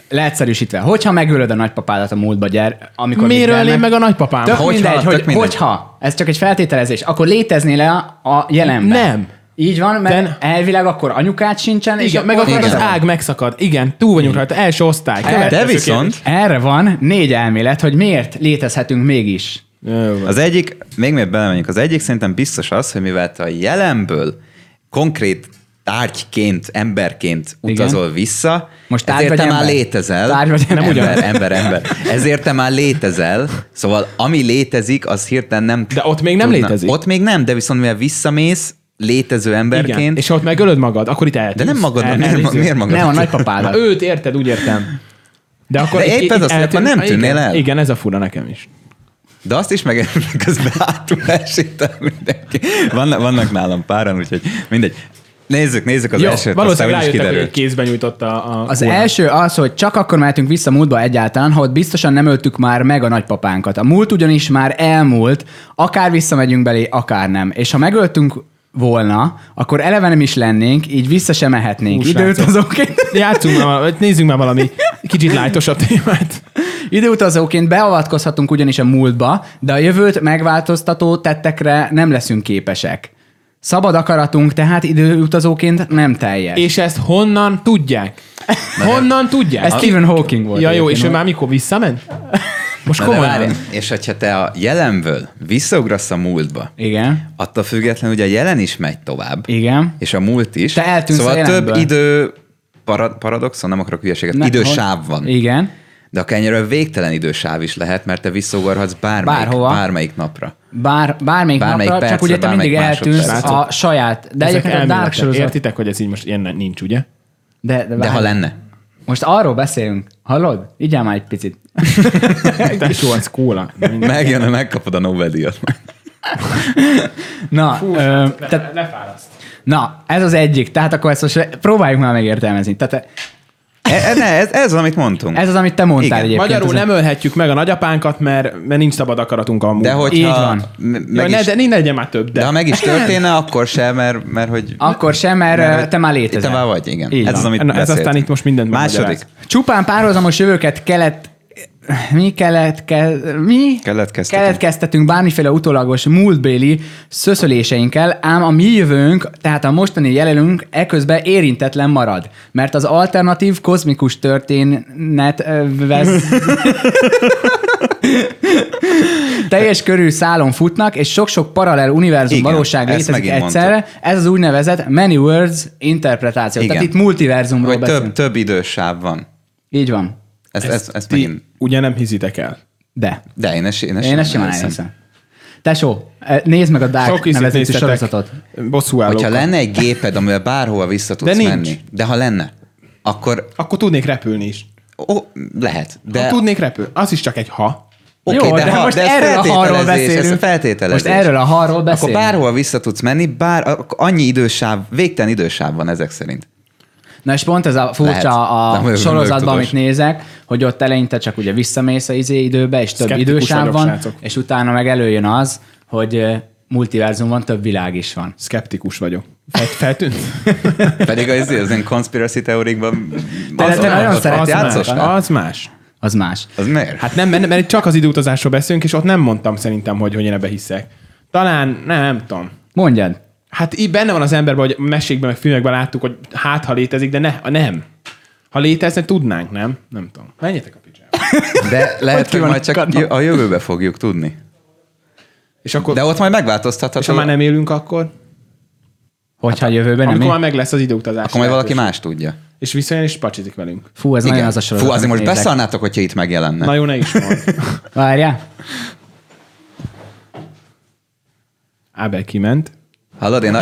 Speaker 1: leegyszerűsítve, hogyha megölöd a nagypapádat a múltba, amikor
Speaker 3: Miért
Speaker 1: még
Speaker 3: ölném
Speaker 1: gyermek,
Speaker 3: meg a nagypapám?
Speaker 1: tök
Speaker 2: Hogyha,
Speaker 1: mindegy,
Speaker 2: tök mindegy.
Speaker 1: hogyha, ez csak egy feltételezés, akkor léteznél le a jelenben.
Speaker 3: Nem.
Speaker 1: Így van, mert elvileg akkor anyukád sincsen, és
Speaker 3: Igen, meg akkor
Speaker 2: Igen.
Speaker 3: az ág megszakad. Igen, túl vagyunk rajta, első osztály.
Speaker 2: De
Speaker 3: Következő
Speaker 2: viszont
Speaker 1: erre van 4 elmélet, hogy miért létezhetünk mégis.
Speaker 3: kérdés.
Speaker 2: az egyik, még miért belemegyünk, az egyik szerintem biztos az, hogy mivel te a jelenből konkrét tárgyként, emberként utazol vissza,
Speaker 1: Most tárgy
Speaker 2: ezért
Speaker 1: vagy
Speaker 2: te már
Speaker 1: ember?
Speaker 2: létezel.
Speaker 1: Tárgy vagy ember?
Speaker 2: Ember. Ezért te már létezel. Szóval ami létezik, az hirtelen nem
Speaker 3: De ott még nem létezik.
Speaker 2: Ott még nem, de viszont mivel visszamész létező emberként,
Speaker 3: Igen. És ha ott megölöd magad, akkor itt eltűnsz.
Speaker 2: de nem magadnak, miért magad?
Speaker 1: Nem, a nagypapádat.
Speaker 3: Őt érted, úgy értem. De akkor
Speaker 2: De éppen az, hogy akkor nem tűnnél
Speaker 3: igen,
Speaker 2: el.
Speaker 3: Igen, ez a fura nekem is.
Speaker 2: De azt is meg közben hátul esik mindenki. Vannak nálam páran, úgyhogy mindegy. Nézzük az
Speaker 3: Jó,
Speaker 2: elsőt, aztán
Speaker 3: valószínűleg
Speaker 2: úgyis
Speaker 3: rájöttek, hogy
Speaker 2: kiderül.
Speaker 3: kézben nyújtotta a
Speaker 1: Az
Speaker 3: kórát.
Speaker 1: első az, hogy csak akkor mehetünk vissza múltba egyáltalán, ha ott biztosan nem öltük már meg a nagypapánkat. A múlt ugyanis már elmúlt, akár visszamegyünk belé, akár nem. És ha megöltünk volna, akkor eleve nem is lennénk, így vissza sem mehetnénk.
Speaker 3: Hú,
Speaker 1: Időutazóként,
Speaker 3: Játszunk már, vagy nézzünk már valami kicsit lájtosabb témát.
Speaker 1: időutazóként beavatkozhatunk ugyanis a múltba, de a jövőt megváltoztató tettekre nem leszünk képesek. Szabad akaratunk tehát időutazóként nem teljes.
Speaker 3: És ezt honnan tudják? Honnan tudják?
Speaker 1: Ez Stephen Hawking volt.
Speaker 3: Ja jó, és ő
Speaker 1: egyébként.
Speaker 3: már mikor visszament? Most
Speaker 2: Na de
Speaker 3: komolyan.
Speaker 2: várj, és hogyha te a jelenből visszaugrasz a múltba,
Speaker 1: Igen,
Speaker 2: attól függetlenül ugye a jelen is megy tovább,
Speaker 1: igen.
Speaker 2: és a múlt is.
Speaker 1: Te eltűnsz
Speaker 2: szóval
Speaker 1: a
Speaker 2: több
Speaker 1: jelenből.
Speaker 2: idő paradoxon, nem akarok hülyeséget, idősáv van.
Speaker 1: Igen.
Speaker 2: De akár ennyire végtelen idősáv is lehet, mert te visszaugorhatsz
Speaker 1: Bárhova.
Speaker 2: bármelyik napra.
Speaker 1: Bármelyik napra, csak
Speaker 2: percre,
Speaker 1: ugye te mindig
Speaker 2: bármelyik
Speaker 1: eltűnsz
Speaker 2: másodpercre.
Speaker 1: a saját. De
Speaker 3: Ezek
Speaker 1: egyébként a Dark
Speaker 3: elméletek.
Speaker 1: sorozat.
Speaker 3: Értitek, hogy ez így most ilyen nincs, ugye?
Speaker 2: De
Speaker 1: várj.
Speaker 2: ha lenne.
Speaker 1: Most arról beszélünk. Hallod? Igyál már egy picit.
Speaker 3: Tesó, ez kóla.
Speaker 2: Megjön, megkapod a Nobel-díjat.
Speaker 1: Na, tehát,
Speaker 3: Lefáraszt.
Speaker 1: na, ez az egyik. Tehát akkor ezt most próbáljuk már megértelmezni. Tehát
Speaker 2: Ez az, amit mondtunk.
Speaker 1: ez az, amit te mondtál
Speaker 2: Igen.
Speaker 1: egyébként.
Speaker 3: Magyarul
Speaker 1: Ez
Speaker 3: nem ölhetjük meg a nagyapánkat, mert nincs szabad akaratunk a múltban.
Speaker 2: De hogyha
Speaker 1: Így van.
Speaker 2: meg
Speaker 3: Ja,
Speaker 2: is,
Speaker 3: de ne legyen már több,
Speaker 2: de ha meg is történne, akkor sem, mert hogy...
Speaker 1: Akkor sem, mert te már létezel.
Speaker 2: Te már vagy, igen.
Speaker 1: Így
Speaker 2: Ez
Speaker 1: van.
Speaker 2: az, amit
Speaker 3: Na, ez
Speaker 2: beszéltünk.
Speaker 3: aztán itt most mindent
Speaker 2: Második.
Speaker 3: megmagyaráz.
Speaker 1: Csupán párhuzamos jövőket keletkeztetünk bármiféle utólagos múltbéli szöszöléseinkkel, ám a mi jövőnk, tehát a mostani jelenünk eközben érintetlen marad, mert az alternatív kozmikus történet vesz... teljes körű szálon futnak, és sok-sok paralel univerzum
Speaker 2: Igen,
Speaker 1: valóság
Speaker 2: ezt
Speaker 1: létezik
Speaker 2: megint
Speaker 1: egyszerre.
Speaker 2: mondtuk.
Speaker 1: Ez az úgynevezett many worlds interpretáció.
Speaker 2: Igen.
Speaker 1: Tehát itt multiverzumról
Speaker 2: Vagy
Speaker 1: beszélünk.
Speaker 2: több idősáv van.
Speaker 1: Így van.
Speaker 2: Ezt
Speaker 3: Ti
Speaker 2: megint...
Speaker 3: ugye nem hiszitek el.
Speaker 1: De.
Speaker 2: De én ezt
Speaker 1: Én ezt simán elhiszem. Tesó, nézd meg a Dark
Speaker 3: Sok ízét
Speaker 1: nevezetű
Speaker 3: néztetek.
Speaker 1: sorozatot.
Speaker 3: Bosszúállókat.
Speaker 2: Hogyha lenne egy géped, amivel bárhova vissza tudsz
Speaker 3: De nincs.
Speaker 2: menni, de ha lenne, akkor
Speaker 3: Akkor tudnék repülni is.
Speaker 2: lehet.
Speaker 3: De...
Speaker 2: De
Speaker 3: Ha tudnék repülni. Az is csak egy ha.
Speaker 2: oké,
Speaker 1: Jó, de most
Speaker 2: ez
Speaker 1: erről a harról
Speaker 2: feltételezés,
Speaker 1: beszélünk.
Speaker 2: Ez a feltételezés.
Speaker 1: Most erről a harról
Speaker 2: Akkor
Speaker 1: beszélünk.
Speaker 2: bárhova vissza tudsz menni, akkor annyi idősáv, végtelen idősáv van ezek szerint.
Speaker 1: Na és pont ez a furcsa
Speaker 2: Lehet.
Speaker 1: a
Speaker 2: Nem vagyok
Speaker 1: sorozatban,
Speaker 2: tudós.
Speaker 1: amit nézek, hogy ott eleinte csak ugye visszamész a időbe, és több
Speaker 3: Szkeptikus
Speaker 1: idősáv
Speaker 3: vagyok,
Speaker 1: van,
Speaker 3: srácok.
Speaker 1: és utána meg előjön az, hogy multiverzum van, több világ is van.
Speaker 3: Szkeptikus vagyok. Feltűnt?
Speaker 2: Pedig az ilyen conspiracy teórikban
Speaker 1: Te nagyon szereted
Speaker 2: játszos?
Speaker 3: Az más.
Speaker 1: Az más.
Speaker 2: Az miért?
Speaker 3: Hát nem, mert itt csak az időutazásról beszélünk, és ott nem mondtam szerintem, hogy én ebbe hiszek. Talán, nem tudom.
Speaker 1: Mondjad.
Speaker 3: Hát így benne van az emberben, hogy mesékben, meg filmekben láttuk, hogy hát, ha létezik, de nem. Ha létezne, tudnánk, nem? Nem tudom. Menjetek a picsába.
Speaker 2: De lehet, hogy
Speaker 1: van
Speaker 2: majd
Speaker 1: a
Speaker 2: csak
Speaker 1: kanal?
Speaker 2: a jövőbe fogjuk tudni.
Speaker 3: És akkor,
Speaker 2: De ott majd megváltoztatható.
Speaker 3: és ha már nem élünk, akkor?
Speaker 1: Hogyha a jövőben nem
Speaker 3: Amikor
Speaker 1: él.
Speaker 3: már meg lesz az időutazás.
Speaker 2: Akkor majd valaki
Speaker 3: lehetőség.
Speaker 2: más tudja.
Speaker 3: És visszajön, és pacsizik velünk.
Speaker 1: Fú, ez nagyon az a sorozat.
Speaker 2: Fú, azért most
Speaker 1: amit nézek.
Speaker 2: beszarnátok, hogyha itt megjelenne.
Speaker 3: Na jó, ne is mond.
Speaker 1: Várjál.
Speaker 3: Ábel kiment.
Speaker 2: Hallod, én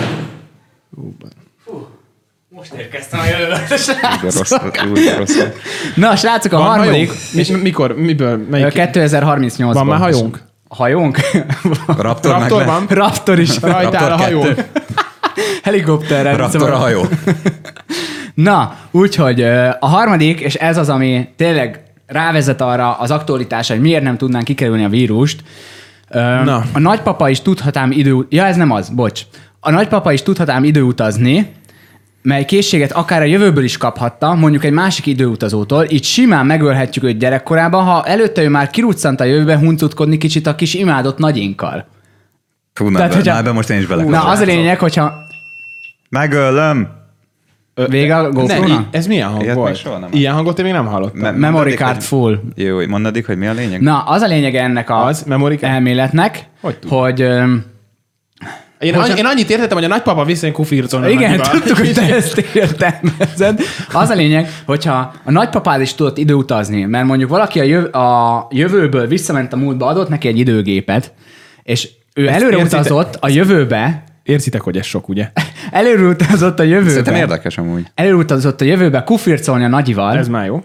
Speaker 1: Most érkeztem a jövőbe.
Speaker 2: rossz.
Speaker 1: Na, srácok, a
Speaker 3: Van
Speaker 1: harmadik...
Speaker 3: hajónk? Mikor? Miből? Melyik?
Speaker 1: 2038-ban.
Speaker 3: Van már hajónk?
Speaker 1: Hajónk?
Speaker 2: Raptor,
Speaker 3: Raptor van?
Speaker 1: Raptor is.
Speaker 3: Rajtál a hajón.
Speaker 1: Helikopterrel.
Speaker 2: Raptor a hajó.
Speaker 1: Na, úgyhogy a harmadik, és ez az, ami tényleg rávezet arra az aktualitásra, hogy miért nem tudnánk kikerülni a vírust.
Speaker 3: Na.
Speaker 1: A nagypapa is tudhat ám Ja, ez nem az, bocs. A nagypapa is tudhat ám időutazni, mely készséget akár a jövőből is kaphatta, mondjuk egy másik időutazótól, így simán megölhetjük őt gyerekkorában, ha előtte ő már kiruccant a jövőbe huncutkodni kicsit a kis imádott nagyinkkal.
Speaker 2: Fú,
Speaker 1: Tehát, hogyha-
Speaker 2: na, most én is bele.
Speaker 1: Na, az a lényeg, hogyha
Speaker 2: Megölöm!
Speaker 1: vége a GoPro-nak?
Speaker 3: Ez milyen hang
Speaker 2: Ilyet
Speaker 3: volt?
Speaker 2: még soha nem
Speaker 3: Ilyen hangot én még nem hallottam.
Speaker 1: Memory card full.
Speaker 2: Jó, mondadik, hogy mi a lényeg?
Speaker 1: Na, az a lényege ennek
Speaker 3: Az? Memory card?
Speaker 1: elméletnek,
Speaker 3: Hogy tudod?
Speaker 1: hogy
Speaker 3: Én annyit értettem, hogy a nagypapa visszajön kufircolni.
Speaker 1: igen, tudtuk, hogy te ezt értelmezed. Az a lényeg, hogyha a nagypapád is tudott időutazni, mert mondjuk valaki a jövőből visszament a múltba, adott neki egy időgépet, és ő előre
Speaker 3: érzitek?
Speaker 1: utazott a jövőbe,
Speaker 3: Érzitek, hogy ez sok, ugye?
Speaker 1: előre utazott a
Speaker 2: Szerintem
Speaker 1: jövőbe,
Speaker 2: érdekes amúgy.
Speaker 1: előre utazott a jövőbe kufircolni a nagyival,
Speaker 3: Ez már jó.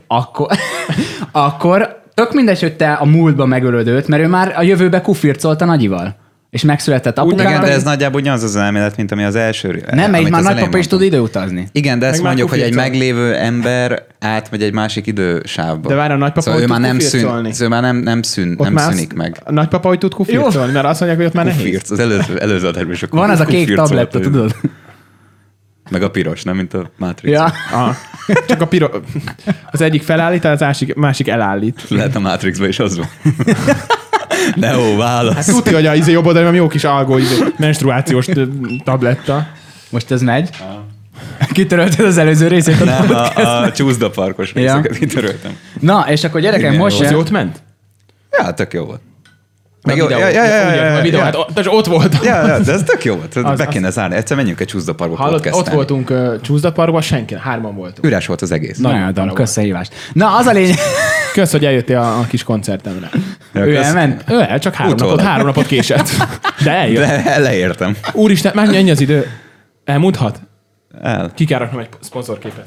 Speaker 1: akkor tök mindegy, hogy te a múltba megölöd őt, mert ő már a jövőbe kufircolt a nagyival. És megszületett apukával.
Speaker 2: Igen, de ez nagyjából ugyanaz az elmélet, mint ami az első.
Speaker 1: Nem, mert itt
Speaker 2: amit
Speaker 1: már
Speaker 2: az elején
Speaker 1: nagypapa is tud
Speaker 2: mondtam.
Speaker 1: időutazni.
Speaker 2: Igen, de ezt
Speaker 3: Meg már
Speaker 2: mondjuk, hogy egy
Speaker 3: kufircol.
Speaker 2: meglévő ember átmegy egy másik idősávba.
Speaker 3: De várj, a nagypapa
Speaker 2: szóval ő
Speaker 3: hogy
Speaker 2: már
Speaker 3: tud
Speaker 2: nem
Speaker 3: kufircolni?
Speaker 2: szóval ő már nem
Speaker 3: már
Speaker 2: szűnik meg.
Speaker 3: A nagypapa hogy tud kufircolni? Mert azt mondják, hogy ott már nehéz.
Speaker 2: Kufirc, az előző adásban is a
Speaker 1: Van az a kék
Speaker 2: kufircolt,
Speaker 1: tabletta,
Speaker 2: hogy-
Speaker 1: tudod?
Speaker 2: Meg a piros, nem mint a Matrix.
Speaker 1: Ja.
Speaker 3: Aha. Csak az egyik felállít, az másik elállít.
Speaker 2: Lehet a Matrixban is az van. Neo, válasz.
Speaker 3: Hát tudja, hogy a jobb oldalon van jó kis algó menstruációs tabletta.
Speaker 1: Most ez megy. Kitörölted az előző részét.
Speaker 2: Nem, a csúszdaparkos
Speaker 1: Ja.
Speaker 2: részeket kitöröltem.
Speaker 1: Na, és akkor gyerekek,
Speaker 2: Igen,
Speaker 1: most
Speaker 3: Az
Speaker 1: jön.
Speaker 3: jót ment?
Speaker 2: Ja, tök jó volt.
Speaker 3: A
Speaker 2: jó,
Speaker 3: videó.
Speaker 2: ja,
Speaker 3: A videó,
Speaker 2: ja.
Speaker 3: hát ott voltam.
Speaker 2: Ja, de ez tök jó volt.
Speaker 3: Az-
Speaker 2: Be kéne zárni. Egyszer menjünk egy csúszdaparkba
Speaker 3: Hallod, ott
Speaker 2: podcastelni.
Speaker 3: voltunk Csúszdaparkban, senki, hárman voltunk.
Speaker 2: Üres volt az egész.
Speaker 1: Nagyon adom,
Speaker 3: para
Speaker 1: köszönhívást. Na, az a lényeg.
Speaker 3: Kösz, hogy eljöttél a kis koncertemre.
Speaker 2: Ja,
Speaker 1: Ő
Speaker 2: kösz.
Speaker 1: elment.
Speaker 3: Ő csak
Speaker 2: Utólag.
Speaker 3: 3 napot késett. De eljött.
Speaker 2: De leértem.
Speaker 3: Úristen, mennyi az idő? Elmúlhat?
Speaker 2: El.
Speaker 3: Ki kell raknom egy szponzorképet.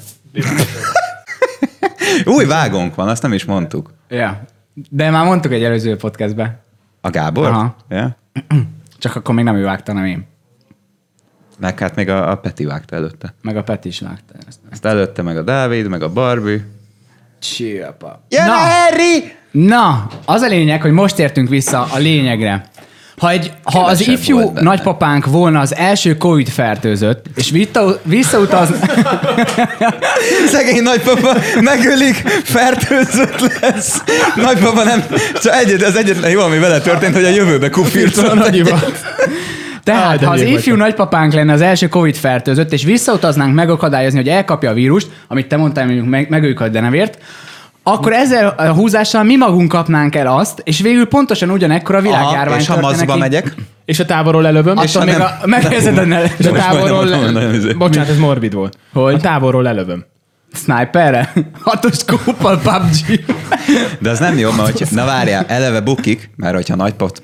Speaker 2: Új vágónk van, azt nem is mondtuk.
Speaker 1: Ja. De már mondtuk egy előző podcastbe.
Speaker 2: A Gábor?
Speaker 1: Aha.
Speaker 2: Ja?
Speaker 1: Csak akkor még nem ő vágta, hanem én.
Speaker 2: Meg hát még a Peti vágta előtte.
Speaker 1: Meg a Peti is vágta.
Speaker 2: Azt előtte meg a Dávid, meg a Barbie.
Speaker 1: Csiapa.
Speaker 2: Jön
Speaker 1: Na,
Speaker 2: Harry!
Speaker 1: na, az a lényeg, hogy most értünk vissza a lényegre. Ha az
Speaker 2: Kevesebb
Speaker 1: ifjú
Speaker 2: volt benne.
Speaker 1: nagypapánk volna az első Covid fertőzött, és visszautazna...
Speaker 2: Szegény nagypapa megölik, fertőzött lesz. Nagypapa nem... Csak az egyetlen jó, ami vele történt, hogy a jövőbe kufircolt.
Speaker 1: Tehát,
Speaker 3: de
Speaker 1: ha az
Speaker 3: hülyék
Speaker 1: ifjú nagypapánk lenne az első Covid fertőzött, és visszautaznánk megakadályozni, hogy elkapja a vírust, amit te mondtál, mondjuk megöljük a denevért, akkor ezzel a húzással mi magunk kapnánk el azt, és végül pontosan ugyanekkor a világjárvány
Speaker 2: És ha
Speaker 1: történik
Speaker 2: mazba
Speaker 1: így.
Speaker 2: megyek?
Speaker 3: És a távolról lelövöm.
Speaker 1: Attól
Speaker 2: ha
Speaker 1: még
Speaker 2: nem-
Speaker 1: megkezded a
Speaker 3: És a
Speaker 2: Most
Speaker 3: távolról
Speaker 2: majdnem mondtam, hogy
Speaker 3: Bocsánat, ez morbid volt.
Speaker 1: Hogy?
Speaker 3: A távolról lelövöm.
Speaker 1: Sniperre? 6-os kóppal PUBG.
Speaker 2: De az nem jó, mert hogy, na várjál, eleve bukik, mert hogyha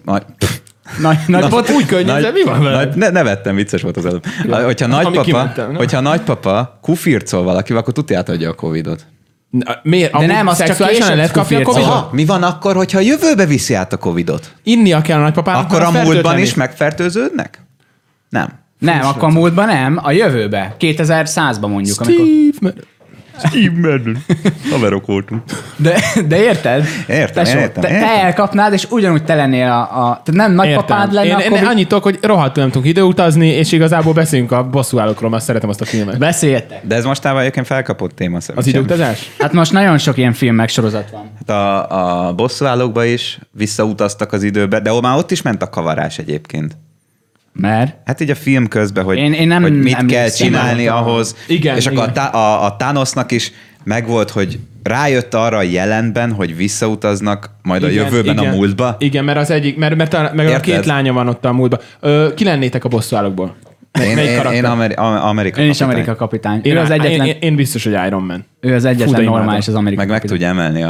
Speaker 1: Nagy pot.
Speaker 3: Úgy könnyű, mi van vele?
Speaker 2: nevettem, vicces volt az előbb. Hogyha
Speaker 3: Ami kimentem, nem?
Speaker 2: hogyha nagypapa kufircol valakivel, akkor tudja átadja a Covidot.
Speaker 3: Miért?
Speaker 1: De nem, az csak
Speaker 3: szexuálisan
Speaker 1: később
Speaker 3: lehet kapni a
Speaker 1: kufircol.
Speaker 3: Covidot?
Speaker 2: Aha, mi van akkor, hogyha a jövőbe viszi át a Covidot?
Speaker 3: Innia kell a nagypapának.
Speaker 2: Akkor
Speaker 3: mert
Speaker 2: a múltban
Speaker 3: fertőtlenít.
Speaker 2: is megfertőződnek? Nem.
Speaker 1: Nem, akkor a múltban nem, a jövőbe. 2100-ban mondjuk. Amikor...
Speaker 2: Steve Madden. Haverok voltunk.
Speaker 1: De érted?
Speaker 2: Értem,
Speaker 1: Tesó,
Speaker 2: értem,
Speaker 1: te
Speaker 2: értem.
Speaker 1: elkapnád, és ugyanúgy te lennél tehát nem nagypapád lenne,
Speaker 3: Én
Speaker 1: akkor
Speaker 3: annyit tudok, hogy rohadtul nem tudunk időutazni, és igazából beszéljünk a bosszúállókról, mert szeretem azt a filmet.
Speaker 1: beszéltek.
Speaker 2: De ez mostában egyébként felkapott téma szerintem.
Speaker 3: Az időutazás?
Speaker 1: Hát most nagyon sok ilyen film meg sorozat van.
Speaker 2: Hát a bosszúállókba is visszautaztak az időbe, de már ott is ment a kavarás egyébként.
Speaker 1: Mert?
Speaker 2: Hát így a film közben, hogy,
Speaker 1: Én nem
Speaker 2: hogy mit kell
Speaker 1: emlékszem
Speaker 2: csinálni
Speaker 3: arra.
Speaker 2: ahhoz.
Speaker 3: Igen,
Speaker 2: és akkor
Speaker 3: igen.
Speaker 2: a Thanosnak is megvolt, hogy rájött arra a jelenben, hogy visszautaznak majd a jövőben a múltba.
Speaker 3: Igen, mert az egyik, mert a
Speaker 2: Érted?
Speaker 3: két lánya van ott a múltban. Ki lennétek a bosszúállókból?
Speaker 2: Én Amerika
Speaker 1: Én is
Speaker 2: kapitány.
Speaker 1: Amerika kapitány. Ő az egyetlen,
Speaker 3: Én biztos, hogy Iron Man.
Speaker 1: ő az
Speaker 3: Fú,
Speaker 1: egyetlen
Speaker 3: de imádom.
Speaker 1: normális az Amerika
Speaker 2: Meg
Speaker 1: kapitány.
Speaker 2: tudja emelni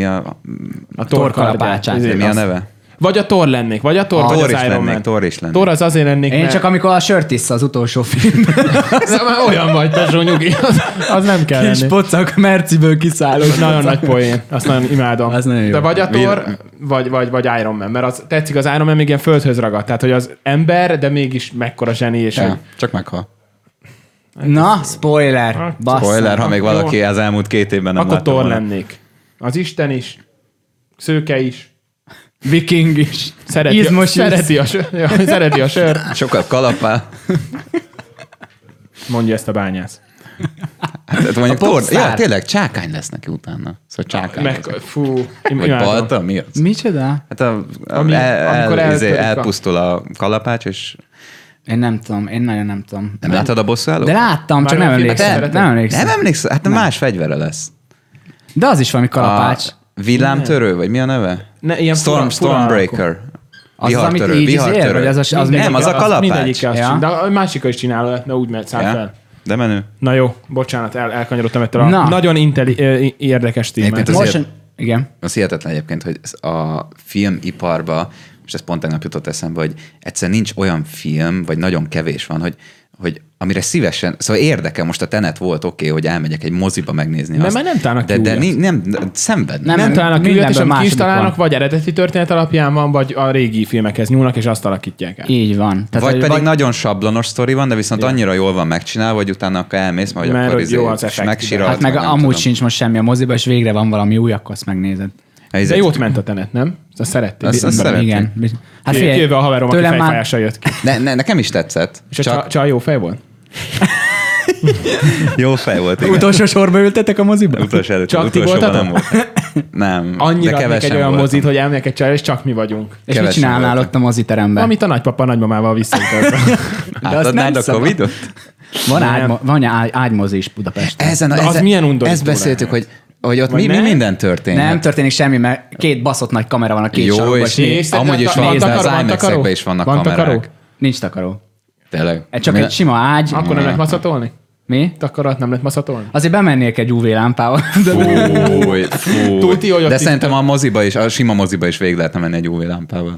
Speaker 3: A
Speaker 1: Thor
Speaker 3: kardját.
Speaker 1: kalapácsát.
Speaker 3: Ezért
Speaker 2: mi a
Speaker 3: az.
Speaker 2: neve?
Speaker 3: Vagy a Thor lennék, vagy a Thor,
Speaker 2: A
Speaker 3: vagy
Speaker 2: Thor
Speaker 3: az
Speaker 2: is
Speaker 3: Iron
Speaker 2: lennék,
Speaker 3: Man.
Speaker 2: Thor is lennék.
Speaker 3: Thor az azért lennék,
Speaker 1: Én
Speaker 3: mert...
Speaker 1: csak amikor a sört iszza az utolsó filmben.
Speaker 3: De már olyan vagy, tesó, nyugi. Az nem kell
Speaker 1: Kis
Speaker 3: lenni.
Speaker 1: pocak merciből kiszállok.
Speaker 3: Nagyon nagy poén. Azt nagyon imádom.
Speaker 1: Az nagyon jó.
Speaker 3: De vagy a Thor, vagy Iron Man. Mert az tetszik, az Iron Man még ilyen földhöz ragadt. Tehát, hogy az ember, de mégis mekkora zseni, és hogy...
Speaker 2: Ja, csak meghal.
Speaker 1: Na, spoiler. Bassza.
Speaker 2: Spoiler, ha még
Speaker 3: Jó.
Speaker 2: valaki az elmúlt 2 évben nem
Speaker 3: Akkor
Speaker 2: látta
Speaker 3: Thor
Speaker 2: volna.
Speaker 3: lennék. Az Isten is, Szőke is,
Speaker 1: Viking is.
Speaker 3: szereti,
Speaker 1: Izmos is.
Speaker 3: szereti a sör.
Speaker 2: Sokat kalapál.
Speaker 3: Mondja ezt a bányász.
Speaker 2: mondjuk
Speaker 1: popstar.
Speaker 2: tényleg csákány lesz neki utána. Szóval csákány.
Speaker 3: Fú,
Speaker 2: Vagy balta, mi az?
Speaker 1: Micsoda?
Speaker 2: Hát
Speaker 3: amikor
Speaker 2: elpusztul a kalapács, és
Speaker 1: Én nem tudom, én nagyon nem tudom.
Speaker 2: nem látod a bosszúállót?
Speaker 1: De láttam, csak
Speaker 3: Már
Speaker 1: nem
Speaker 3: a
Speaker 1: emlékszem.
Speaker 3: filmet
Speaker 1: Nem emlékszem.
Speaker 2: Nem emlékszel? Hát más fegyvere lesz.
Speaker 1: De az is valami kalapács.
Speaker 2: A villámtörő, vagy mi a neve?
Speaker 3: Ilyen
Speaker 2: Stormbreaker.
Speaker 1: Az, amit így izél, vagy az
Speaker 2: Nem, az a kalapács.
Speaker 3: Mindegyik azt
Speaker 1: Ja.
Speaker 3: csinál, de a másika is csináló lehetne, úgy mert szállt fel.
Speaker 2: De menő.
Speaker 3: Na jó, bocsánat, elkanyarodtam ettől a
Speaker 1: Na.
Speaker 3: nagyon érdekes témát.
Speaker 2: Egyébként
Speaker 1: Most, igen.
Speaker 2: Az hihetetlen egyébként, hogy a filmiparba, és ez pont tegnap jutott eszembe, hogy egyszer nincs olyan film, vagy nagyon kevés van, hogy amire szívesen, szóval érdekel, most a Tenet volt oké, hogy elmegyek egy moziba megnézni
Speaker 3: De
Speaker 2: azt.
Speaker 3: már nem találnak ki
Speaker 2: de
Speaker 3: újat.
Speaker 2: nem, szenvednek.
Speaker 3: Nem találnak ki újat, és
Speaker 1: mindenből
Speaker 3: amit ki is
Speaker 1: második
Speaker 3: találnak,
Speaker 1: van.
Speaker 3: vagy eredeti történet alapján van, vagy a régi filmekhez nyúlnak, és azt alakítják el.
Speaker 1: Így van. Tehát,
Speaker 2: Vagy pedig nagyon sablonos sztori van, de viszont annyira jól van megcsinálva, hogy utána akkor elmész, majd
Speaker 3: Mert
Speaker 2: akkor
Speaker 3: hogy jó az
Speaker 2: és
Speaker 3: effekt,
Speaker 2: megsiralt.
Speaker 1: Hát meg
Speaker 2: nem
Speaker 1: amúgy
Speaker 2: tudom.
Speaker 1: sincs most semmi a moziba, és végre van valami új, akkor azt megnézed.
Speaker 3: De jót ment a Tenet, nem? Azt szerették.
Speaker 2: Azt szerették.
Speaker 1: Igen. Hát
Speaker 3: Kivéve a haverom, aki
Speaker 1: tőlem már
Speaker 3: fejfájással jött ki.
Speaker 2: Nekem is tetszett.
Speaker 3: És a csaj jó fej volt?
Speaker 2: Jó fej volt, igen.
Speaker 1: utolsó sorba ültetek a moziba?
Speaker 2: Utolsó előtt,
Speaker 3: Csak ti
Speaker 2: utolsóban
Speaker 3: voltatok?
Speaker 2: nem volt. Nem,
Speaker 3: Annyira
Speaker 2: de
Speaker 3: adnék
Speaker 2: kevesen
Speaker 3: egy olyan
Speaker 2: voltam.
Speaker 3: mozit, hogy elmegyek egy csaj, és csak mi vagyunk.
Speaker 1: És mit
Speaker 2: Kevesen
Speaker 1: csinálnál
Speaker 2: voltak.
Speaker 1: ott a moziteremben?
Speaker 3: Amit a nagypapa nagymamával visszautazva.
Speaker 2: Átadnád a
Speaker 1: szabad.
Speaker 2: Covid-ot?
Speaker 1: Van ágymozi is Budapesten.
Speaker 3: Az milyen undorító
Speaker 2: Ezt beszéltük,
Speaker 3: lehet.
Speaker 2: hogy ott
Speaker 3: Vagy
Speaker 2: mi
Speaker 3: nem?
Speaker 2: minden történik.
Speaker 1: Nem történik semmi, mert két baszott nagy kamera van a két
Speaker 2: Jó,
Speaker 1: sarokban,
Speaker 2: és
Speaker 1: és
Speaker 2: amúgy is van,
Speaker 3: takaró,
Speaker 2: az
Speaker 3: van
Speaker 2: IMAX-ekben
Speaker 3: takaró?
Speaker 2: is vannak
Speaker 3: Van takaró?
Speaker 2: kamerák.
Speaker 1: nincs takaró.
Speaker 2: Tényleg.
Speaker 1: Ez csak egy sima ágy.
Speaker 3: Akkor nem lehet maszatolni?
Speaker 1: Mi?
Speaker 3: Takarat nem lehet maszatolni?
Speaker 1: Azért bemennék egy UV lámpával.
Speaker 2: Fúj.
Speaker 3: Tuti, hogy ott
Speaker 2: De
Speaker 3: is-
Speaker 2: szerintem a moziba is, a sima moziba is végig lehetne menni egy UV lámpával.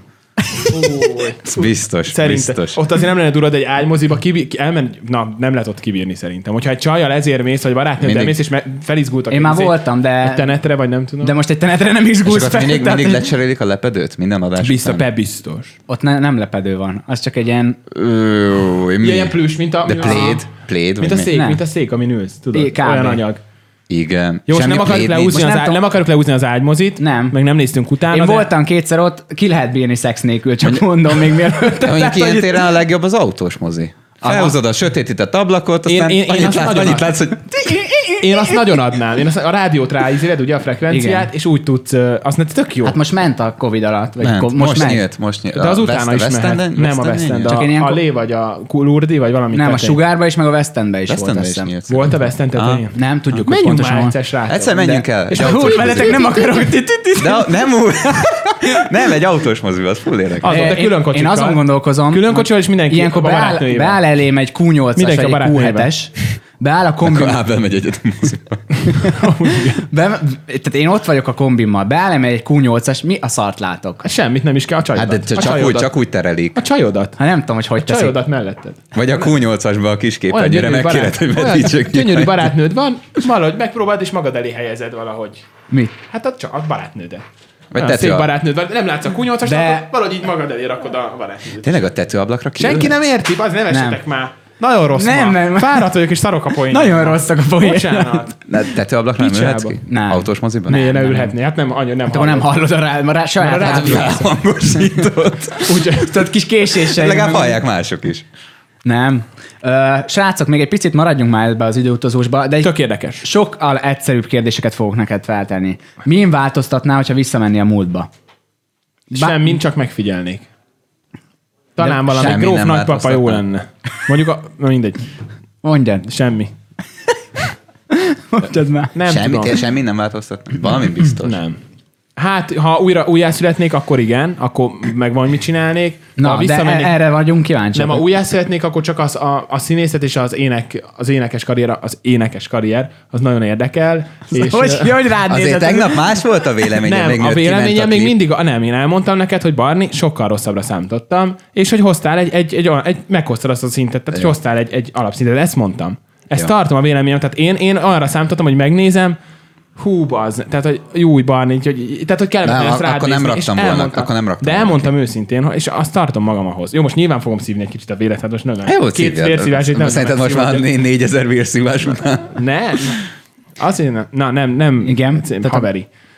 Speaker 2: Biztos,
Speaker 3: Szerintem.
Speaker 2: biztos.
Speaker 3: Ott azért nem lenne durva, de egy ágymoziba nem lehet ott kibírni szerintem. Hogyha egy csajjal ezért mész, vagy barátnőddel
Speaker 2: Mindig.
Speaker 3: mész, és felizgultak.
Speaker 1: Én már
Speaker 3: egy
Speaker 1: voltam,
Speaker 3: egy tenetre, vagy nem tudom.
Speaker 1: de most egy tenetre nem is
Speaker 2: És
Speaker 1: gúzz
Speaker 2: akkor
Speaker 1: fel.
Speaker 2: mindig
Speaker 1: tehát
Speaker 2: lecserélik a lepedőt minden adás
Speaker 3: Biztos,
Speaker 2: után?
Speaker 3: biztos.
Speaker 1: ott nem lepedő van. Az csak egy ilyen...
Speaker 2: Mi?
Speaker 3: Ilyen plüss, mint a...
Speaker 2: De pléd?
Speaker 3: Mint
Speaker 2: vagy
Speaker 3: a
Speaker 2: mi?
Speaker 3: szék,
Speaker 1: Nem.
Speaker 3: mint a szék, amin ülsz, tudod?
Speaker 1: Kb.
Speaker 3: Olyan anyag.
Speaker 2: Igen.
Speaker 3: Jó, most
Speaker 2: Semmi
Speaker 3: nem akarjuk,
Speaker 2: pléd nincs.
Speaker 3: leúzni
Speaker 1: Most nem
Speaker 3: nem akarjuk leúzni az ágymozit,
Speaker 1: Nem.
Speaker 3: meg nem néztünk utána.
Speaker 1: Én
Speaker 3: de-
Speaker 1: voltam kétszer ott, ki lehet bírni szex nélkül, csak mondom még mielőtt.
Speaker 2: De mondjuk
Speaker 1: Tehát,
Speaker 2: ilyen
Speaker 1: hogy-
Speaker 2: téren a legjobb az autós mozi. Felhúzod a sötétített ablakot, aztán
Speaker 3: Én azt nagyon
Speaker 2: annyit látsz, hogy
Speaker 3: Én azt nagyon adnám. Én azt, a rádiót ráizéled, ugye a frekvenciát,
Speaker 1: Igen.
Speaker 3: és úgy tudsz, azt neked tök jó.
Speaker 1: Hát most ment a Covid alatt. Vagy
Speaker 2: ment.
Speaker 1: most megy.
Speaker 2: Most nyílt.
Speaker 3: de az
Speaker 2: A
Speaker 3: utána is
Speaker 2: West
Speaker 3: mehet.
Speaker 2: Enden-
Speaker 3: Nem a
Speaker 2: West
Speaker 3: West
Speaker 2: Enden
Speaker 3: End,
Speaker 2: nyílt?
Speaker 1: Csak én
Speaker 3: a
Speaker 1: ilyenkor-
Speaker 3: Lé vagy a Lurdi, vagy valami.
Speaker 1: Nem, a
Speaker 3: tetején.
Speaker 1: Sugárba is, meg a West Endbe is
Speaker 2: West
Speaker 1: volt,
Speaker 2: Enden
Speaker 1: azt
Speaker 2: is
Speaker 1: hiszem.
Speaker 2: nyílt.
Speaker 3: Volt a West End tetején?
Speaker 1: Nem tudjuk, hogy
Speaker 3: Menjünk
Speaker 1: pontosan
Speaker 3: már
Speaker 1: hol.
Speaker 3: egyszer, srácok.
Speaker 2: Egyszer menjünk el.
Speaker 3: És
Speaker 2: Egy
Speaker 3: úgy
Speaker 2: autós
Speaker 3: veletek
Speaker 2: moziba.
Speaker 3: nem akarok.
Speaker 2: De nem úgy. Nem, egy autós moziba, az full érdekes.
Speaker 3: Az- de külön kocsikkal.
Speaker 1: Én azon gondolkozom,
Speaker 3: Külön kocsival, és mindenki
Speaker 1: ilyenkor
Speaker 3: a barátnőjével.
Speaker 1: beáll elém egy Q8-as
Speaker 3: Mindenki
Speaker 1: vagy
Speaker 3: a
Speaker 1: egy
Speaker 3: barátnőjével.
Speaker 1: Q7-es, beáll a kombi.
Speaker 2: Akkor bemegy egyet a moziba.
Speaker 1: Tehát én ott vagyok a kombimmal, beáll egy Q8-as, mi a szart látok?
Speaker 3: Hát semmit nem is kell, a
Speaker 2: Hát
Speaker 3: csajodat.
Speaker 2: de
Speaker 3: A
Speaker 2: csak
Speaker 3: csajodat.
Speaker 2: úgy terelik.
Speaker 3: A csajodat.
Speaker 1: Hát nem tudom, hogy hogy
Speaker 3: A
Speaker 1: teszik.
Speaker 3: csajodat melletted.
Speaker 2: Vagy a Q8-asba a kis
Speaker 3: Olyan
Speaker 2: képernyőre
Speaker 3: gyönyörű
Speaker 2: megkéred, hogy
Speaker 3: olyan
Speaker 2: medvítsek
Speaker 3: gyönyörű barátnőd van, valahogy megpróbáld, és magad elé helyezed valahogy.
Speaker 1: Mit?
Speaker 3: Hát a barátnődet.
Speaker 2: Vagy
Speaker 3: Olyan
Speaker 2: tető
Speaker 3: szép
Speaker 2: a-
Speaker 3: barátnőd van, nem látsz a Q8-as,
Speaker 1: De-
Speaker 3: akkor valahogy így magad elé rakod a barátnődet.
Speaker 2: Tényleg a tetőablakra kiül?
Speaker 3: Senki nem érti, az nevessetek már. Nagyon rossz
Speaker 1: Nem,
Speaker 3: ma.
Speaker 1: nem.
Speaker 3: Fáradt vagyok, és szarok a poén.
Speaker 1: Nagyon rosszak a poénok.
Speaker 3: Bocsánat.
Speaker 2: De tetőablakra nem
Speaker 3: Picsába.
Speaker 2: ülhetsz ki?
Speaker 1: Nem.
Speaker 2: Autós moziban?
Speaker 3: Miért ne ülhetné? Hát nem, anya, nem
Speaker 1: Akkor nem hallod a rád, már saját
Speaker 3: Már a
Speaker 1: rád.
Speaker 3: rádió.
Speaker 2: Hangosított.
Speaker 1: Tudod, kis késéssel.
Speaker 2: Legalább hallják mások is.
Speaker 1: Nem. Srácok, még egy picit maradjunk már ebbe az időutazósba, de egy
Speaker 3: Tök érdekes.
Speaker 1: sokkal egyszerűbb kérdéseket fogok neked feltenni. Min változtatnál, hogyha visszamenni a múltba?
Speaker 3: Semmint, csak megfigyelnék. Talán valami
Speaker 2: semmi
Speaker 3: gróf
Speaker 2: nem
Speaker 3: nagypapa jó
Speaker 2: változtatna.
Speaker 3: lenne. Mondjuk, na mindegy.
Speaker 1: Mondj el.
Speaker 3: Semmi.
Speaker 1: Mondjad már.
Speaker 3: Nem
Speaker 2: Semmi,
Speaker 3: tudom.
Speaker 2: semmi nem változtatna. Valami biztos.
Speaker 3: Nem. Hát, ha újjászületnék, akkor igen, akkor megvan, hogy mit csinálnék.
Speaker 1: Na,
Speaker 3: ha
Speaker 1: de
Speaker 3: visszamennék,
Speaker 1: erre vagyunk kíváncsiak.
Speaker 3: nem, ha újjászületnék, akkor csak a színészet és az énekes karrier, az nagyon érdekel. És,
Speaker 1: Hogy rád
Speaker 2: Azért
Speaker 1: nézett?
Speaker 2: tegnap más volt a véleményem.
Speaker 3: nem,
Speaker 2: még
Speaker 3: a
Speaker 2: mielőtt kiment
Speaker 3: véleményem még
Speaker 2: klip.
Speaker 3: mindig, nem, én elmondtam neked, hogy Barni, sokkal rosszabbra számítottam, és hogy hoztál egy meghoztad azt a szintet, tehát hogy hoztál egy alapszintet, ezt mondtam. Ezt
Speaker 2: Jó.
Speaker 3: tartom a véleményem, tehát én arra számítottam, hogy megnézem, hú, bazd, tehát hogy jó, Barni, tehát hogy kellemetlen
Speaker 2: Nem,
Speaker 3: ezt rád
Speaker 2: akkor nem
Speaker 3: nézni,
Speaker 2: raktam
Speaker 3: és
Speaker 2: volna,
Speaker 3: elmondtam.
Speaker 2: akkor nem raktam
Speaker 3: De
Speaker 2: volna
Speaker 3: elmondtam őszintén, és azt tartom magam ahhoz. Jó, most nyilván fogom szívni egy kicsit a vélet, hát most nem.
Speaker 2: Jó,
Speaker 3: Két vérszívás, itt nem.
Speaker 2: Szerinted most már 4000 vérszívás után.
Speaker 3: Nem. Azért nem. Na, nem.
Speaker 1: Igen.
Speaker 3: Tehát haveri.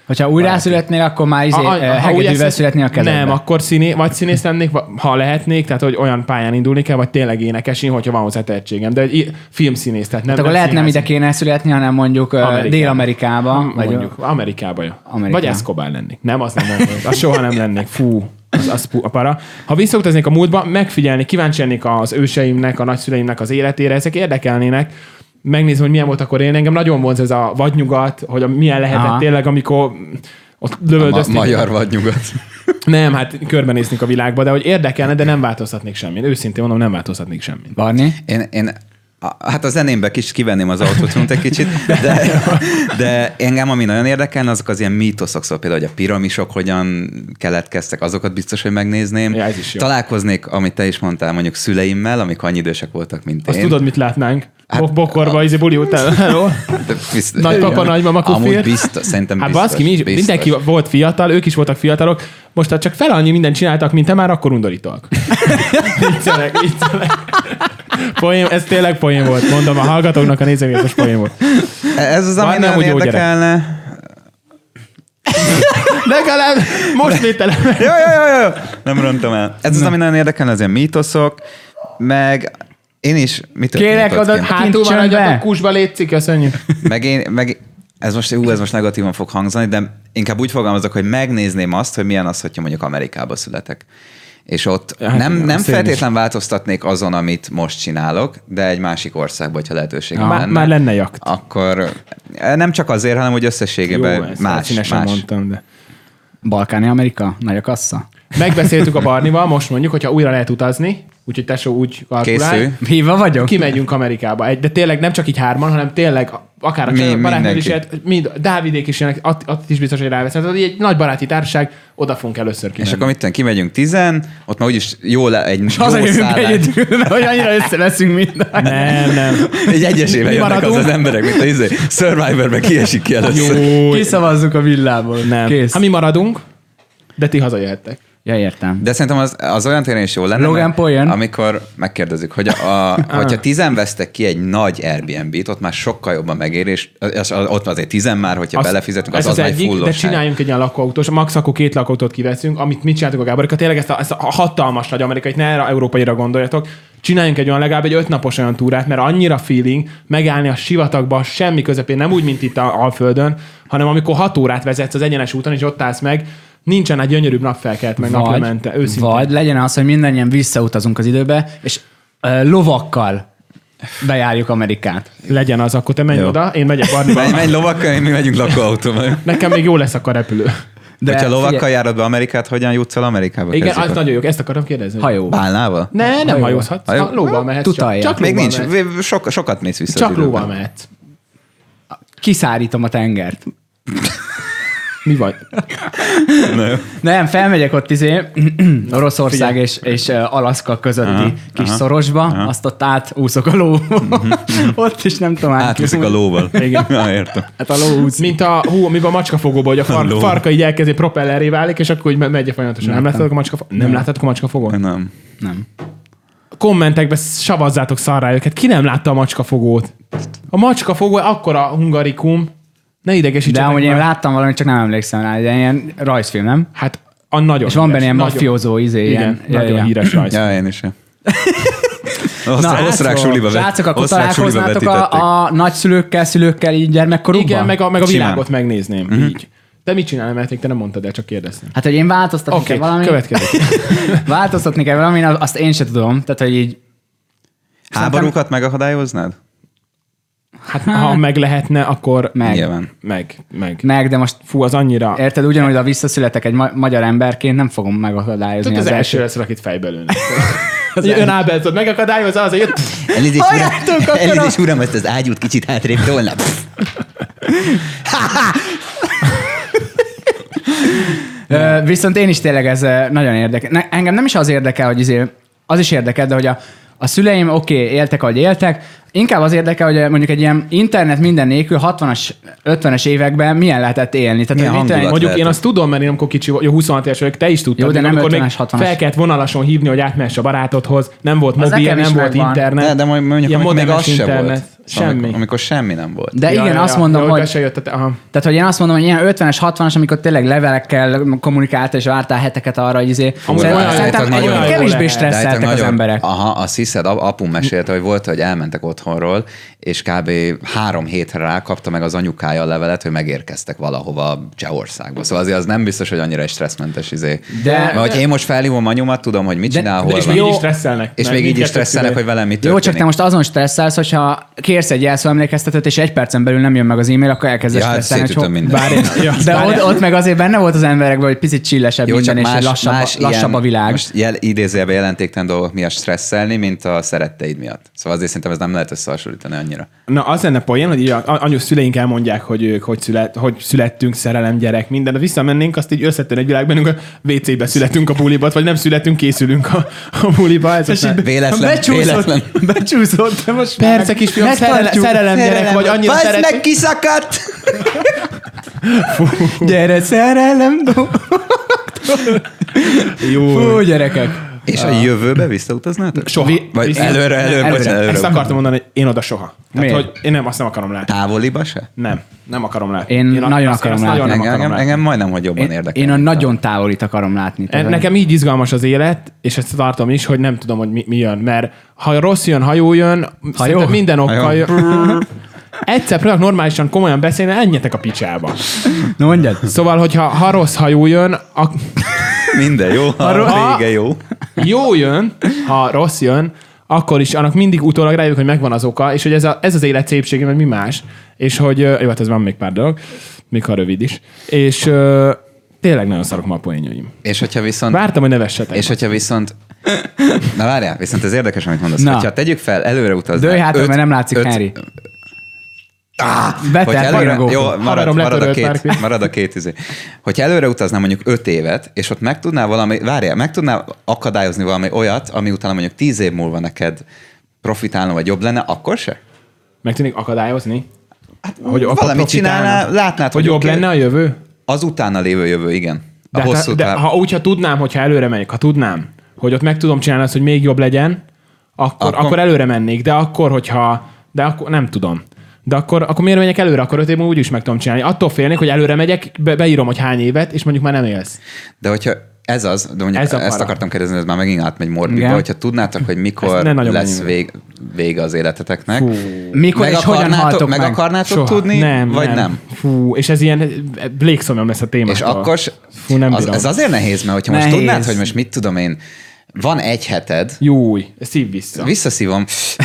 Speaker 1: Hogyha újrászületnél, akkor már hegedűvel születnél a kezedbe.
Speaker 3: Nem, akkor vagy színész lennék, ha lehetnék, tehát hogy olyan pályán indulni kell, vagy tényleg énekesni, hogyha van hozzá tehetségem. De egy filmszínész, tehát nem.
Speaker 1: Hát akkor lehet nem ide kéne születni, hanem mondjuk Dél-Amerikába.
Speaker 3: Mondjuk Amerikába.
Speaker 1: Amerikába.
Speaker 3: Vagy Escobar lennék. Nem, az nem lennék. Az soha nem lennék. Fú. Az a para. Ha visszautaznék a múltba, megfigyelni, kíváncsi lennék az őseimnek, a nagyszüleimnek az életére, ezek érdekelnének, megnézni, hogy milyen volt akkor élni. Engem nagyon vonz ez a vadnyugat, hogy milyen lehetett tényleg, amikor ott lövöldözték.
Speaker 2: Magyar vadnyugat.
Speaker 3: Nem, hát körbenéznék a világba, de hogy érdekelne, de nem változtatnék semmit. Őszintén mondom, nem változtatnék semmit.
Speaker 1: Barni?
Speaker 2: Hát a zenémbe kis kivenném az autótune-t egy kicsit, de engem ami nagyon érdekelne, azok az ilyen mítoszok, szóval például, hogy a piramisok hogyan keletkeztek, azokat biztos, hogy megnézném.
Speaker 3: Ja, ez is jó.
Speaker 2: Találkoznék, amit te is mondtál, mondjuk szüleimmel, amik annyi idősek voltak, mint én.
Speaker 3: Azt tudod, mit látnánk? Hát, bokorba, buli után. Nagypapa, nagymama kufér.
Speaker 2: Amúgy biztos, szerintem biztos.
Speaker 3: Hát baszki, mindenki volt fiatal, ők is voltak fiatalok. Most csak fel annyi mindent csináltak, mint te, már akkor undorítóak. Viccelek. Poén, ez tényleg poén volt. Mondom, a hallgatóknak a nézővétos poén volt.
Speaker 2: Ez az, ami nem érdekelne.
Speaker 3: Legalább most vételem.
Speaker 2: Jó. Nem rontom el. Ez az, ami nagyon érdekelne, az ilyen mítoszok, meg én is...
Speaker 3: Kérek, oda hátul maradjatok, kusba létszik, köszönjük.
Speaker 2: Meg ez most negatívan fog hangzani, de inkább úgy fogalmazok, hogy megnézném azt, hogy milyen az, hogyha mondjuk Amerikába születek. És ott nem feltétlen változtatnék azon, amit most csinálok, de egy másik országban, hogyha lehetőségem lenne.
Speaker 3: Már lenne jakt.
Speaker 2: Akkor nem csak azért, hanem hogy összességében más.
Speaker 3: Mondtam, de...
Speaker 1: Balkáni Amerika? Nagy a kassa?
Speaker 3: Megbeszéltük a Barnival, most mondjuk, hogyha újra lehet utazni, úgyhogy tesó úgy kalkulál.
Speaker 1: Hívva vagyok?
Speaker 3: Kimegyünk Amerikába. De tényleg nem csak így hárman, hanem tényleg akár a barátnőd is mind Dávidék is jönnek, ott is biztos, hogy rávesznek. Tehát egy nagy baráti társaság, oda fogunk először kimenni.
Speaker 2: És akkor mit kimegyünk 10, ott már úgyis egy jó
Speaker 1: szállás. Hogy annyira összeveszünk mindent.
Speaker 3: Nem.
Speaker 2: Egy egyesével jönnek az emberek, mint a Survivorben kiesik ki először.
Speaker 1: Kiszavazzuk a villából.
Speaker 3: Nem. Kész. Ha mi maradunk, de ti hazajöhettek.
Speaker 1: Ja, értem.
Speaker 2: De szerintem az olyan téren is jó lenne,
Speaker 1: Logan Paul jön.
Speaker 2: Amikor megkérdezzük, hogy hogyha 10 vesztek ki egy nagy Airbnb-t, ott már sokkal jobban megér, és ott azért 10 már, hogyha belefizetünk, az már fullosság.
Speaker 3: De csináljunk egy ilyen lakóautós, max akkor 2 lakóautót kiveszünk, amit mit csináltuk a Gáborékkal, tényleg ezt a hatalmas nagy amerikai, ne erre európaira gondoljatok, csináljunk egy olyan legalább egy 5 napos olyan túrát, mert annyira feeling megállni a sivatagba semmi közepén, nem úgy, mint itt a Alföldön, hanem amikor 6 órát vezetsz az egyenes úton, és ott állsz meg, nincsen egy gyönyörűbb napfelkelt, meg naplemente, őszintén.
Speaker 1: Vagy legyen az, hogy mindannyian visszautazunk az időbe, és lovakkal bejárjuk Amerikát.
Speaker 3: Legyen az, akkor te menj oda, én megyek Barnival.
Speaker 2: Menj lovakkal, mi megyünk lakóautóval.
Speaker 3: Nekem még jó lesz akkor repülő.
Speaker 2: De hogyha lovakkal járod be Amerikát, hogyan jutsz el Amerikába?
Speaker 3: Igen, az nagyon jó, ezt akartam kérdezni.
Speaker 1: Hajó.
Speaker 2: Bálnával?
Speaker 3: Nem hajózhatsz, lóval mehetsz.
Speaker 1: Tutalja.
Speaker 2: Még nincs, sokat mész vissza.
Speaker 3: Csak lóval mehetsz.
Speaker 1: Kiszárítom a tengert.
Speaker 3: Mi vagy?
Speaker 1: Nem, felmegyek ott Oroszország és Alaszka közötti kis szorosba, azt ott átúszok a ló. Ott is nem tudom.
Speaker 2: Átúszik a lóval.
Speaker 3: Igen.
Speaker 2: Ja, értem.
Speaker 1: Hát a ló úsz.
Speaker 3: Mint amiben a macskafogóban, hogy a farka így elkezdi propellerré válik, és akkor úgy megy folyamatosan. Nem láttatok a macskafogót?
Speaker 2: Nem.
Speaker 3: Kommentekbe savazzátok szarrá őket. Ki nem látta a macskafogót? A macskafogó akkora hungarikum. Ne idegesítsetek.
Speaker 1: De amúgy én láttam valamit, csak nem emlékszem rá, de ilyen rajzfilm, nem?
Speaker 3: Hát a nagyon
Speaker 1: és van benne ilyen mafiózó
Speaker 3: igen, nagyon híres rajzfilm.
Speaker 2: Ja, én is.
Speaker 1: Osztrák suliba srácok, akkor találkoznátok a nagyszülőkkel, szülőkkel így gyermekkorukban?
Speaker 3: Igen, meg a világot megnézném. Így. De mit csinálnám, mert te nem mondtad el, csak kérdeztem.
Speaker 1: Hát, hogy én változtatni kell valami.
Speaker 3: Következik.
Speaker 1: Változtatni kell valami, azt én sem tudom. Tehát, hogy így...
Speaker 2: Háborúkat megakadályoznád?
Speaker 3: Hát, ha meg lehetne, akkor meg.
Speaker 1: De most...
Speaker 3: Fú, az annyira...
Speaker 1: Érted, ugyanúgy, ha visszaszületek egy magyar emberként, nem fogom megakadályozni.
Speaker 3: Az első lesz, akit fejbe lőnek. Ön Ábelzod megakadályozza, az, hogy jött...
Speaker 2: Elnézést, uram, ezt az ágyút kicsit hátrébb tolna.
Speaker 1: Viszont én is tényleg ez nagyon érdekel. Engem nem is az érdekel, hogy az is érdekel, de hogy a szüleim éltek, ahogy éltek. inkább az érdekel, hogy mondjuk egy ilyen internet minden nélkül 60-as, 50-es években milyen lehetett élni. Tehát,
Speaker 2: Milyen
Speaker 1: hogy
Speaker 2: hangulat
Speaker 3: Mondjuk
Speaker 2: lehet.
Speaker 3: én azt tudom, mert én amikor kicsi vagyok, 26 éves vagyok, te is tudtad.
Speaker 1: Jó, de nem
Speaker 3: amikor még
Speaker 1: 50-es, 60-as.
Speaker 3: fel kellett vonalason hívni, hogy átmehess a barátodhoz, nem volt mobil,
Speaker 1: nekem is
Speaker 3: nem volt
Speaker 1: megvan.
Speaker 3: internet.
Speaker 2: De mondjuk,
Speaker 3: ilyen
Speaker 2: amikor még
Speaker 3: modemes
Speaker 2: az se
Speaker 3: internet.
Speaker 2: volt.
Speaker 3: Semmi.
Speaker 2: Amikor semmi nem volt.
Speaker 1: De igen, azt mondom,
Speaker 3: hogy...
Speaker 1: hogy...
Speaker 3: be se jött, aha.
Speaker 1: Tehát, hogy én azt mondom, hogy ilyen 50-es, 60-as, amikor tényleg levelekkel kommunikálta, és vártál heteket arra, hogy
Speaker 3: Amúgy olyan
Speaker 1: szerintem
Speaker 3: nagyon
Speaker 1: egyébként
Speaker 3: jó
Speaker 1: kevésbé
Speaker 3: lehet.
Speaker 1: stresszeltek az emberek.
Speaker 2: Aha, azt hiszed, apum mesélte, hogy volt, hogy elmentek otthonról, és kb. 3 hétre rá kapta meg az anyukája a levelet, hogy megérkeztek valahova Csehországba. Szóval azért az nem biztos, hogy annyira egy stresszmentes izé. Mert hogyha én most felhívom anyumat, tudom, hogy mit csinál, hol
Speaker 3: És
Speaker 2: van.
Speaker 3: még így is stresszelnek.
Speaker 2: És
Speaker 3: mert
Speaker 2: még így is
Speaker 3: mindkettő
Speaker 2: stresszelnek, hogy
Speaker 3: szülő.
Speaker 2: velem mi történik.
Speaker 1: Jó, csak te most azon stresszelsz, hogyha kérsz egy jelszóemlékeztetőt, és 1 percen belül nem jön meg az e-mail, akkor elkezdesz
Speaker 2: Ja, hát
Speaker 1: stresszelni.
Speaker 2: szétütöm mindent.
Speaker 1: De ott meg azért benne volt az emberekben, hogy picit csillesebb
Speaker 2: Jó,
Speaker 1: minden,
Speaker 2: csak
Speaker 1: és lassabb a világ.
Speaker 2: Most idézőjelben jelentéktelen dolgok miatt stresszelni, mint a szeretteid miatt. Szóval azért szerintem ez nem lehet összehasonlítani annyira.
Speaker 3: Na, az lenne poén, hogy így anyus szüleink elmondják, hogy ők hogy születtünk, szerelem, gyerek, minden. De visszamennénk, azt így összetön egy világ bennünk, a WC-be születünk a buliba, vagy nem születünk, készülünk a buliba.
Speaker 2: Véletlen.
Speaker 1: Becsúszott, de most
Speaker 3: Persze, kisfiam, szerelem, gyerek, vagy annyira
Speaker 2: Bazd
Speaker 3: szeret.
Speaker 2: meg, kiszakadt!
Speaker 1: Gyere, szerelem, Fú, gyerekek.
Speaker 2: És a jövőbe visszautaznátok?
Speaker 3: Soha.
Speaker 2: Vagy előre.
Speaker 3: Ezt akartam mondani, hogy én oda soha. Tehát,
Speaker 1: Miért?
Speaker 3: hogy én nem, azt nem akarom látni.
Speaker 2: Távoliba se?
Speaker 3: Nem akarom látni.
Speaker 1: Én nagyon
Speaker 3: azt
Speaker 1: akarom
Speaker 3: nagyon
Speaker 1: látni.
Speaker 3: nem akarom látni.
Speaker 2: Engem majdnem, hogy jobban érdekel.
Speaker 1: Én a nagyon távolit akarom látni.
Speaker 3: Nekem így izgalmas az élet, és ezt tartom is, hogy nem tudom, hogy mi jön. Mert ha rossz jön, ha jó jön, szerintem minden okkal jön. Egyszer próbálok normálisan, komolyan beszélni, ennyetek a picsába.
Speaker 1: No, mondjad.
Speaker 3: Szóval, hogyha ha rossz, ha jó jön,
Speaker 2: Minden jó, a vége jó.
Speaker 3: jó jön, ha rossz jön, akkor is annak mindig utólag rájövök, hogy megvan az oka, és hogy ez az élet szépsége, mert mi más. És hogy, jó, hát ez van még pár dolog, még ha rövid is. És tényleg nagyon szarok ma a poénjaim.
Speaker 2: És hogyha viszont...
Speaker 3: Vártam, hogy ne vessetek.
Speaker 2: És hogyha viszont... Na várjál, viszont ez érdekes, amit mondasz.
Speaker 1: Na.
Speaker 2: Hogyha tegyük fel, előre utaznál...
Speaker 1: Dőj hátra, mert nem látszik Henry. Betelt
Speaker 2: előre,
Speaker 1: megint a
Speaker 2: jó,
Speaker 1: GoPro.
Speaker 2: marad a két izé. Hogyha előre utaznál mondjuk 5 évet, és ott meg tudnál akadályozni valami olyat, ami utána mondjuk 10 év múlva neked profitálna, vagy jobb lenne, akkor se?
Speaker 3: Meg tudnék akadályozni? Hogy
Speaker 2: Valamit csinálnál, látnád,
Speaker 3: hogy jobb
Speaker 2: oké,
Speaker 3: lenne a jövő?
Speaker 2: Az utána lévő jövő, igen. A
Speaker 3: De,
Speaker 2: hosszú
Speaker 3: de
Speaker 2: táv.
Speaker 3: ha úgy, tudnám, hogyha előre megyek, ha tudnám, hogy ott meg tudom csinálni azt, hogy még jobb legyen, akkor előre mennék, de akkor nem tudom. De akkor miért megyek előre? Akkor 5 év múlva úgyis meg tudom csinálni. Attól félnék, hogy előre megyek, beírom, hogy hány évet, és mondjuk már nem élsz.
Speaker 2: De hogyha ez az, de mondjuk ezt akartam kérdezni, ez már megint átmegy morbidba,
Speaker 1: Igen.
Speaker 2: hogyha tudnátok, hogy mikor lesz vége az életeteknek.
Speaker 3: Fú.
Speaker 1: Mikor és hogyan haltok
Speaker 2: meg
Speaker 1: meg?
Speaker 2: akarnátok tudni, vagy nem?
Speaker 3: Fú, és ez ilyen blékszomjam lesz a témától.
Speaker 2: És akkor
Speaker 3: Fú, nem bírom.
Speaker 2: ez azért nehéz, mert hogyha most
Speaker 1: Nehéz.
Speaker 2: tudnád, hogy most mit tudom én, van 1 heted,
Speaker 3: Júj, szív vissza.
Speaker 2: visszaszívom,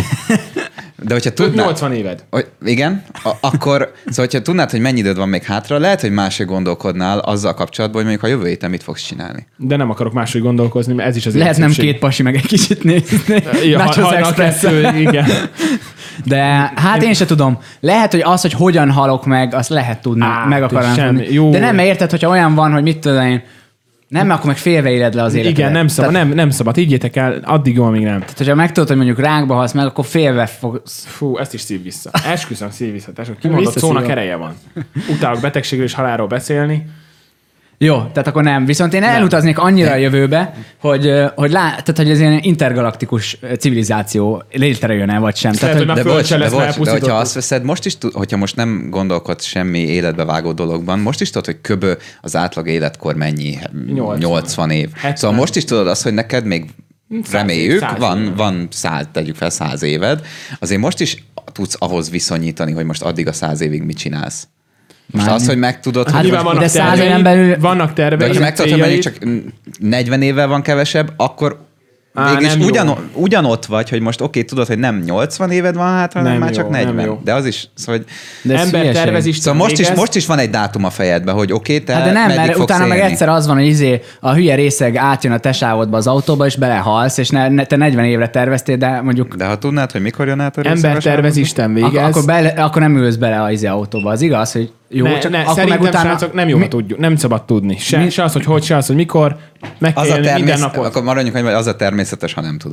Speaker 2: de hogyha tudnád...
Speaker 3: 80 éved.
Speaker 2: Igen, akkor, szóval hogyha tudnád, hogy mennyi időd van még hátra, lehet, hogy máshogy gondolkodnál azzal kapcsolatban, hogy mondjuk a jövő héten mit fogsz csinálni.
Speaker 3: De nem akarok máshogy gondolkozni, mert ez is az
Speaker 1: Lehet nem
Speaker 3: életszépség.
Speaker 1: 2 pasi meg egy kicsit nézni.
Speaker 3: Ja,
Speaker 1: Nachos
Speaker 3: ha
Speaker 1: Express.
Speaker 3: igen.
Speaker 1: De hát én se tudom. Lehet, hogy az, hogy hogyan halok meg, azt lehet tudni. Meg akarom
Speaker 3: semmi.
Speaker 1: tudni.
Speaker 3: Jó.
Speaker 1: De nem érted, hogyha olyan van, hogy mit tudom én, nem, akkor meg félve éled le az életedet.
Speaker 3: Igen, nem szabad, nem szabad. Higgyétek el, addig jó, amíg nem.
Speaker 1: Tehát, hogyha megtudod, hogy mondjuk rákba halsz meg, akkor félve fogsz.
Speaker 3: Fú, ezt is szív vissza. Esküszöm, szív vissza. Kimondott
Speaker 1: Visszaszívom.
Speaker 3: szónak ereje van. Utálok betegségről és halálról beszélni.
Speaker 1: Jó, tehát akkor nem. Viszont én elutaznék annyira a jövőbe, hogy hogy ez ilyen intergalaktikus civilizáció létrejön-e, vagy sem.
Speaker 3: Lehet, hogy
Speaker 1: Tehát,
Speaker 3: már föld se lesz, mert
Speaker 2: de hogyha
Speaker 3: elpusztítottuk.
Speaker 2: azt veszed, most is hogyha most nem gondolkodsz semmi életbe vágó dologban, most is tudod, hogy köbö az átlag életkor mennyi? 80 év.
Speaker 3: 70.
Speaker 2: Szóval most is tudod azt, hogy neked még reméljük,
Speaker 3: 100
Speaker 2: van 100, tegyük fel 100 éved, azért most is tudsz ahhoz viszonyítani, hogy most addig a 100 évig mit csinálsz. Most az, hogy megtudod,
Speaker 1: Hát
Speaker 2: hogy
Speaker 3: Nyilván
Speaker 1: most-
Speaker 3: vannak
Speaker 1: de 100 éven
Speaker 3: terveid,
Speaker 1: belül-
Speaker 3: vannak
Speaker 2: de
Speaker 3: terveid,
Speaker 2: ha megtudod, hogy mondjuk
Speaker 3: céljaid.
Speaker 2: csak 40 évvel van kevesebb, akkor
Speaker 3: nem
Speaker 2: mégis
Speaker 3: jó.
Speaker 2: ugyanott vagy, hogy most oké, tudod, hogy nem 80 éved van hátra, hanem
Speaker 3: Nem
Speaker 2: már
Speaker 3: jó,
Speaker 2: csak
Speaker 3: nem
Speaker 2: 40.
Speaker 3: jó.
Speaker 2: De az is, szóval, hogy
Speaker 1: de ez
Speaker 3: Ember
Speaker 1: hülyeség.
Speaker 3: tervez is.
Speaker 2: Szóval most is van egy dátum a fejedben, hogy oké, te
Speaker 1: Hát de nem,
Speaker 2: meddig
Speaker 1: mert
Speaker 2: fogsz
Speaker 1: utána meg
Speaker 2: élni.
Speaker 1: egyszer az van, hogy a hülye részeg átjön a te sávodba az autóba, és belehalsz, és te 40 évre terveztél, de mondjuk
Speaker 2: De ha tudnád, hogy mikor jön át a
Speaker 3: Ember
Speaker 2: részeges
Speaker 3: tervez,
Speaker 2: állapotba?
Speaker 3: Isten végez.
Speaker 1: akkor nem ülsz bele az autóba. Az igaz, hogy jó,
Speaker 3: Ne,
Speaker 1: csak
Speaker 3: ne,
Speaker 1: akkor
Speaker 3: szerintem
Speaker 1: meg utána...
Speaker 3: srácok, nem jó, ha tudjuk, nem szabad tudni. Se az, hogy se az, hogy mikor, meg kell
Speaker 2: Az a
Speaker 3: élni minden
Speaker 2: természet,
Speaker 3: napot.
Speaker 2: akkor maradjunk, hogy az a természetes, ha nem tudod.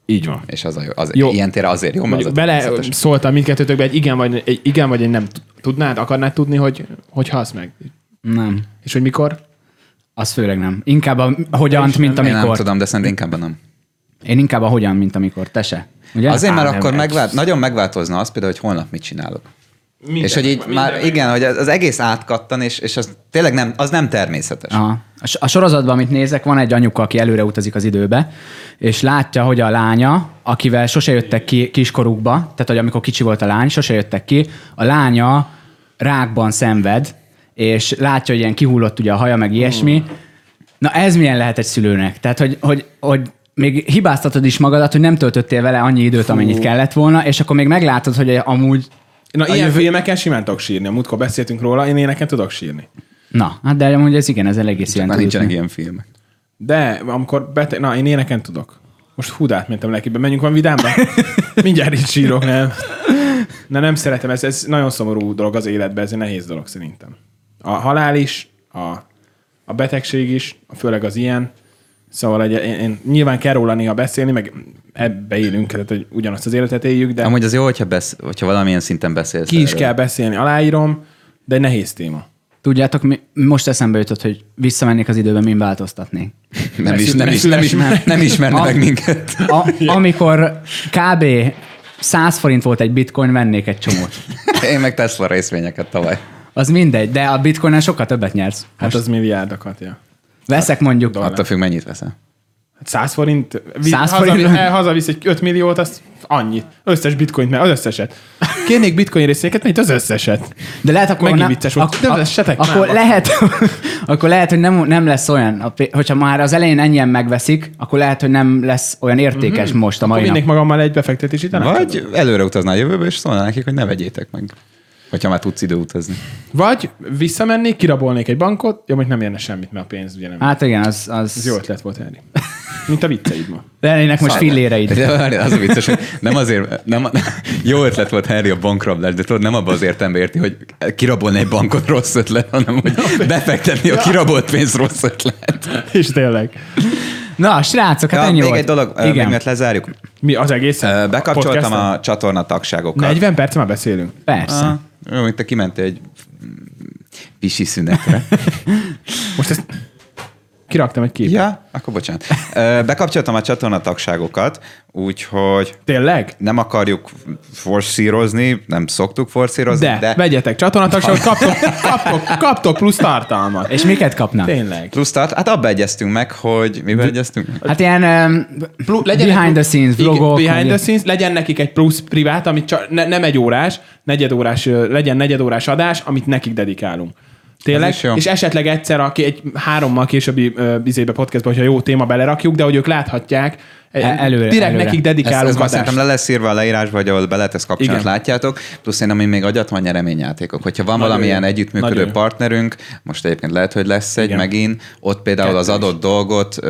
Speaker 3: Így van.
Speaker 2: És az a jó. Ilyen tére azért jó, mert az
Speaker 3: bele szóltam mindkettőtökbe, egy igen vagy egy nem. Tudnád, akarnád tudni, hogy halsz meg?
Speaker 1: Nem.
Speaker 3: És hogy mikor?
Speaker 1: Az főleg nem. Inkább a hogyan, mint amikor.
Speaker 2: Én nem tudom, de szerintem inkább nem.
Speaker 1: Én inkább a hogyan, mint amikor. Te se. Ugye?
Speaker 2: Azért, mert akkor nagyon megváltozna az például, hogy holnap mit csinálok. Minden, és hogy így már igen, hogy az egész átkattan, és az tényleg nem természetes.
Speaker 1: Aha. A sorozatban, amit nézek, van egy anyuka, aki előre utazik az időbe, és látja, hogy a lánya, akivel sose jöttek ki kiskorukba, tehát hogy amikor kicsi volt a lány, sose jöttek ki, a lánya rákban szenved, és látja, hogy ilyen kihullott ugye a haja, meg ilyesmi. Na ez milyen lehet egy szülőnek? Tehát, hogy még hibáztatod is magadat, hogy nem töltöttél vele annyi időt, amennyit kellett volna, és akkor még meglátod, hogy amúgy...
Speaker 3: Na, ilyen filmeken simán tudok sírni. A múltkor beszéltünk róla, én ilyeneken tudok sírni.
Speaker 1: Na, hát de amúgy ez igen, ez egész ilyen.
Speaker 2: Már nincsenek ilyen filmek.
Speaker 3: De amikor én éneken tudok. Most húdát mentem lekibe. Menjünk van vidámba? Mindjárt így sírok, nem? Nem szeretem. Ez nagyon szomorú dolog az életben, ez egy nehéz dolog szerintem. A halál is, a betegség is, főleg az ilyen. Szóval én nyilván kell róla néha beszélni, meg ebbe élünk, tehát hogy ugyanazt az életet éljük, de...
Speaker 2: Amúgy az jó, hogyha valamilyen szinten beszélsz.
Speaker 3: Ki is kell beszélni, aláírom, de egy nehéz téma.
Speaker 1: Tudjátok, most eszembe jutott, hogy visszamennék az időben, min változtatnék.
Speaker 2: Nem ismerne meg minket.
Speaker 1: Amikor kb. 100 forint volt egy bitcoin, vennék egy csomót.
Speaker 2: Én meg Tesla részvényeket tavaly.
Speaker 1: Az mindegy, de a bitcoinnál sokkal többet nyersz.
Speaker 3: Hát az milliárdokat, ja.
Speaker 1: Veszek mondjuk...
Speaker 2: Attól függ, mennyit veszel.
Speaker 3: 100 forint,
Speaker 1: 100 forint?
Speaker 3: hazavisz egy 5 milliót, az annyit. Összes bitcoint, mert az összeset. Kérnék bitcoin részéket, mert az összeset.
Speaker 1: De lehet akkor...
Speaker 3: Megint vicces volt.
Speaker 1: Akkor lehet, hogy nem lesz olyan, hogyha már az elején ennyien megveszik, akkor lehet, hogy nem lesz olyan értékes most a mai nap.
Speaker 3: Vinnék magammal egy befektetési tanácsot?
Speaker 2: Vagy előre utaznál a jövőbe, és szólnál nekik, hogy ne vegyétek meg. Hogyha már tudsz időutazni.
Speaker 3: Vagy visszamennék, kirabolnék egy bankot, jó, hogy nem érne semmit, mert a pénz ugye nem.
Speaker 1: Hát igen, az...
Speaker 3: Ez jó ötlet volt, Henry. Mint a vicceid ma.
Speaker 1: Lennének most filléreid.
Speaker 2: De az a vicces, hogy nem azért, jó ötlet volt Henry a bankrablás, de tudod, nem abban az értelemben érti, hogy kirabolni egy bankot rossz ötlet, hanem hogy befektetni a kirabolt pénz rossz ötlet.
Speaker 3: És tényleg.
Speaker 1: Na, srácok, hát ennyi
Speaker 2: még
Speaker 1: volt.
Speaker 2: egy dolog, mert lezárjuk.
Speaker 3: Mi az egész?
Speaker 2: Bekapcsoltam a csatorna tagságokat.
Speaker 3: 40 perc már beszélünk.
Speaker 1: Persze.
Speaker 2: Jó, mint te kimentél egy pisi szünetre.
Speaker 3: Most ezt kiraktam egy képet.
Speaker 2: Ja, akkor bocsánat. Bekapcsoltam a csatorna tagságokat, úgyhogy...
Speaker 3: Tényleg?
Speaker 2: Nem akarjuk forszírozni, nem szoktuk forszírozni,
Speaker 3: de vegyetek csatornatagságot, kaptok plusz tartalmat.
Speaker 1: És miket kapnak?
Speaker 3: Tényleg.
Speaker 2: Hát abba egyeztünk meg, hogy... Miben egyeztünk meg?
Speaker 1: Hát ilyen behind the scenes vlogok.
Speaker 3: Behind the scenes, legyen nekik egy plusz privát, amit csak nem egy órás, legyen negyedórás adás, amit nekik dedikálunk. Tényleg? És esetleg egyszer egy 3-mal későbbi podcastban, hogyha jó téma belerakjuk, de hogy ők láthatják, direkt nekik dedikálunk
Speaker 2: adást. Szerintem le lesz írva a leírásba, vagy ahol be lehet ezt kapcsolat látjátok. Plusz én még agyat van nyereményjátékok. Hogyha van valamilyen együttműködő partnerünk, most egyébként lehet, hogy lesz egy megint, ott például az adott dolgot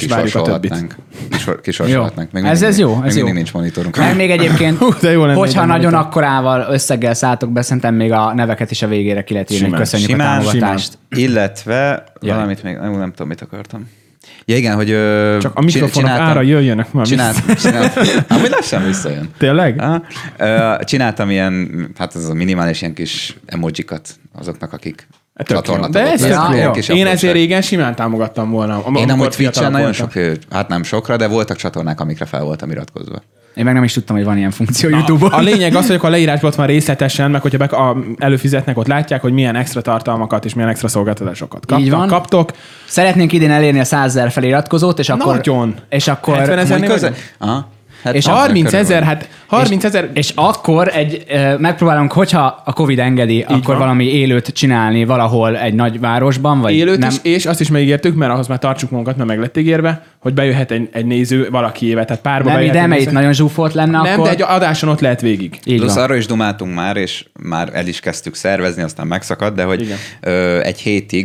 Speaker 2: kisorsolhatnánk.
Speaker 1: Ez jó.
Speaker 2: Még mindig nincs monitorunk.
Speaker 1: Meg még egyébként, hogyha nagyon akkorával összeggel szálltok be, szerintem még a neveket is a végére ki lehet írni. Köszönjük a támogatást.
Speaker 2: Illetve valamit még, nem tudom, mit akartam. Ja igen, hogy
Speaker 3: csak a mikrofonok ára jöjjönek már
Speaker 2: Amúgy lassan visszajön.
Speaker 3: Tényleg?
Speaker 2: Csináltam ilyen, hát ez a minimális ilyen kis emojikat azoknak, akik
Speaker 3: csatornatagok. Én ezért régen simán támogattam volna.
Speaker 2: Én amúgy Twitch-en nagyon sok, hát nem sokra, de voltak csatornák, amikre fel voltam iratkozva.
Speaker 1: Én meg nem is tudtam, hogy van ilyen funkció YouTube-on.
Speaker 3: A lényeg az, hogy a leírásban ott van részletesen, meg hogyha előfizetnek, ott látják, hogy milyen extra tartalmakat és milyen extra szolgáltatásokat kaptok.
Speaker 1: Szeretnénk idén elérni a 100 000 feliratkozót, és akkor...
Speaker 3: Nagyon.
Speaker 1: És akkor...
Speaker 3: 70 000 és 30 000,
Speaker 1: és akkor megpróbálunk, hogyha a Covid engedi, akkor valami élőt csinálni valahol egy nagy városban, vagy
Speaker 3: élőt
Speaker 1: nem.
Speaker 3: Is, és azt is megígértük, mert ahhoz már tartsuk magunkat, mert meg lett ígérve, hogy bejöhet egy néző valakiéve, tehát párba
Speaker 1: nem ide, mert itt nagyon zsúfolt lenne
Speaker 3: nem,
Speaker 1: akkor.
Speaker 3: de egy adáson ott lehet végig.
Speaker 2: Plusz arra is dumáltunk már, és már el is kezdtük szervezni, aztán megszakadt, de hogy egy hétig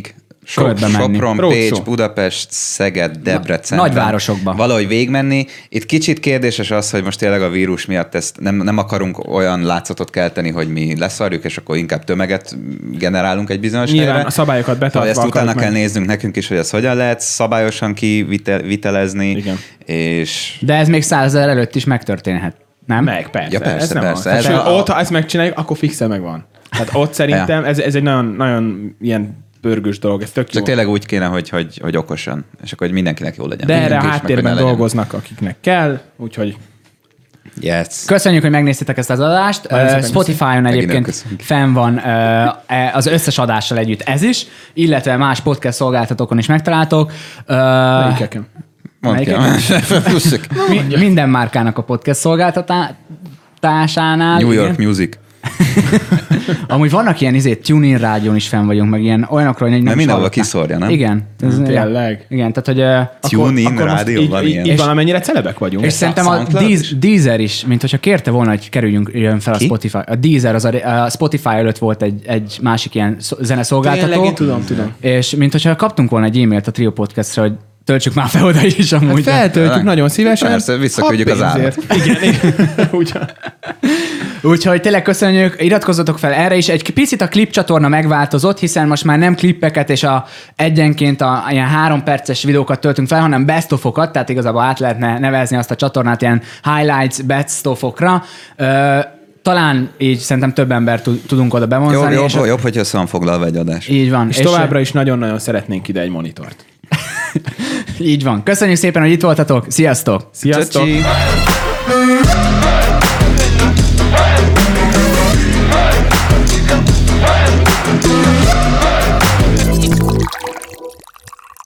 Speaker 1: körbe menni.
Speaker 2: Sopron,
Speaker 3: Rócó.
Speaker 2: Pécs, Budapest, Szeged, Debrecen.
Speaker 1: Nagyvárosokba.
Speaker 2: Valahogy végigmenni. Itt kicsit kérdéses az, hogy most tényleg a vírus miatt ezt nem akarunk olyan látszatot kelteni, hogy mi leszarjuk, és akkor inkább tömeget generálunk egy bizonyos
Speaker 3: Nyilván
Speaker 2: helyre.
Speaker 3: a szabályokat betartva
Speaker 2: Ezt utána
Speaker 3: akarjuk
Speaker 2: kell
Speaker 3: meg.
Speaker 2: néznünk nekünk is, hogy ez hogyan lehet szabályosan kivitelezni.
Speaker 3: Igen.
Speaker 2: És
Speaker 1: De ez még 100 000 előtt is megtörténhet. Nem?
Speaker 3: Meg, persze.
Speaker 2: Ja, persze,
Speaker 3: ez nem
Speaker 2: persze.
Speaker 3: Az.
Speaker 2: Ez
Speaker 3: Sőt,
Speaker 2: a-
Speaker 3: ott, ha ezt megcsináljuk, akkor fixen megvan. Tehát ott szerintem ez egy nagyon, nagyon ilyen pörgős dolog, ez tök jó.
Speaker 2: csak tényleg úgy kéne, hogy okosan, és akkor hogy mindenkinek jó legyen.
Speaker 3: De erre a
Speaker 2: Nekünk is, meg
Speaker 3: háttérben
Speaker 2: hogy ne legyen.
Speaker 3: dolgoznak, akiknek kell, úgyhogy
Speaker 2: Yes.
Speaker 1: Köszönjük, hogy megnéztétek ezt az adást.
Speaker 3: szépen
Speaker 1: Spotify-on egyébként
Speaker 2: köszönjük.
Speaker 1: fenn van az összes adással együtt ez is, illetve más podcast szolgáltatókon is megtaláltok.
Speaker 3: melyikeken?
Speaker 2: Mondd ki.
Speaker 1: Minden márkának a podcast szolgáltatásánál.
Speaker 2: New York
Speaker 1: igen.
Speaker 2: Music.
Speaker 1: Amúgy vannak ilyen TuneIn rádión is fenn vagyunk, meg ilyen olyanokról, hogy nem
Speaker 2: Mert
Speaker 1: is
Speaker 2: mindenhol
Speaker 1: hallották.
Speaker 2: kiszórja, nem?
Speaker 1: Igen.
Speaker 3: Tényleg?
Speaker 1: Igen, tehát hogy...
Speaker 2: TuneIn
Speaker 3: Akkor most
Speaker 2: rádió van ilyen.
Speaker 3: így valamennyire celebek vagyunk.
Speaker 1: És szerintem a
Speaker 2: SoundCloud is?
Speaker 1: Deezer is, mint hogyha kérte volna, hogy jön fel a
Speaker 2: Ki?
Speaker 1: Spotify. A Deezer, a Spotify előtt volt egy másik ilyen zeneszolgáltató.
Speaker 3: Tényleg, én tudom.
Speaker 1: És mint hogyha kaptunk volna egy e-mailt a Trio Podcastra, hogy töltsük már fel oda is amúgy.
Speaker 3: Hát feltöltjük nagyon szívesen.
Speaker 2: Persze, visszaküldjük
Speaker 3: a
Speaker 2: az állat.
Speaker 3: pénzért. Igen. Ugyan.
Speaker 1: Úgyhogy tényleg köszönjük, iratkozzatok fel erre is. Egy picit a klip csatorna megváltozott, hiszen most már nem klippeket és egyenként ilyen 3 perces videókat töltünk fel, hanem best of-okat, tehát igazából át lehetne nevezni azt a csatornát ilyen highlights, best of-okra. Talán így szerintem több ember tudunk oda bevonzani.
Speaker 2: Jobb, hogy össze van foglalva egy adás.
Speaker 1: Így van.
Speaker 3: És továbbra is nagyon-nagyon szeretnénk ide egy monitort.
Speaker 1: Így van. Köszönjük szépen, hogy itt voltatok. Sziasztok!
Speaker 3: Sziasztok!
Speaker 2: Csacsi.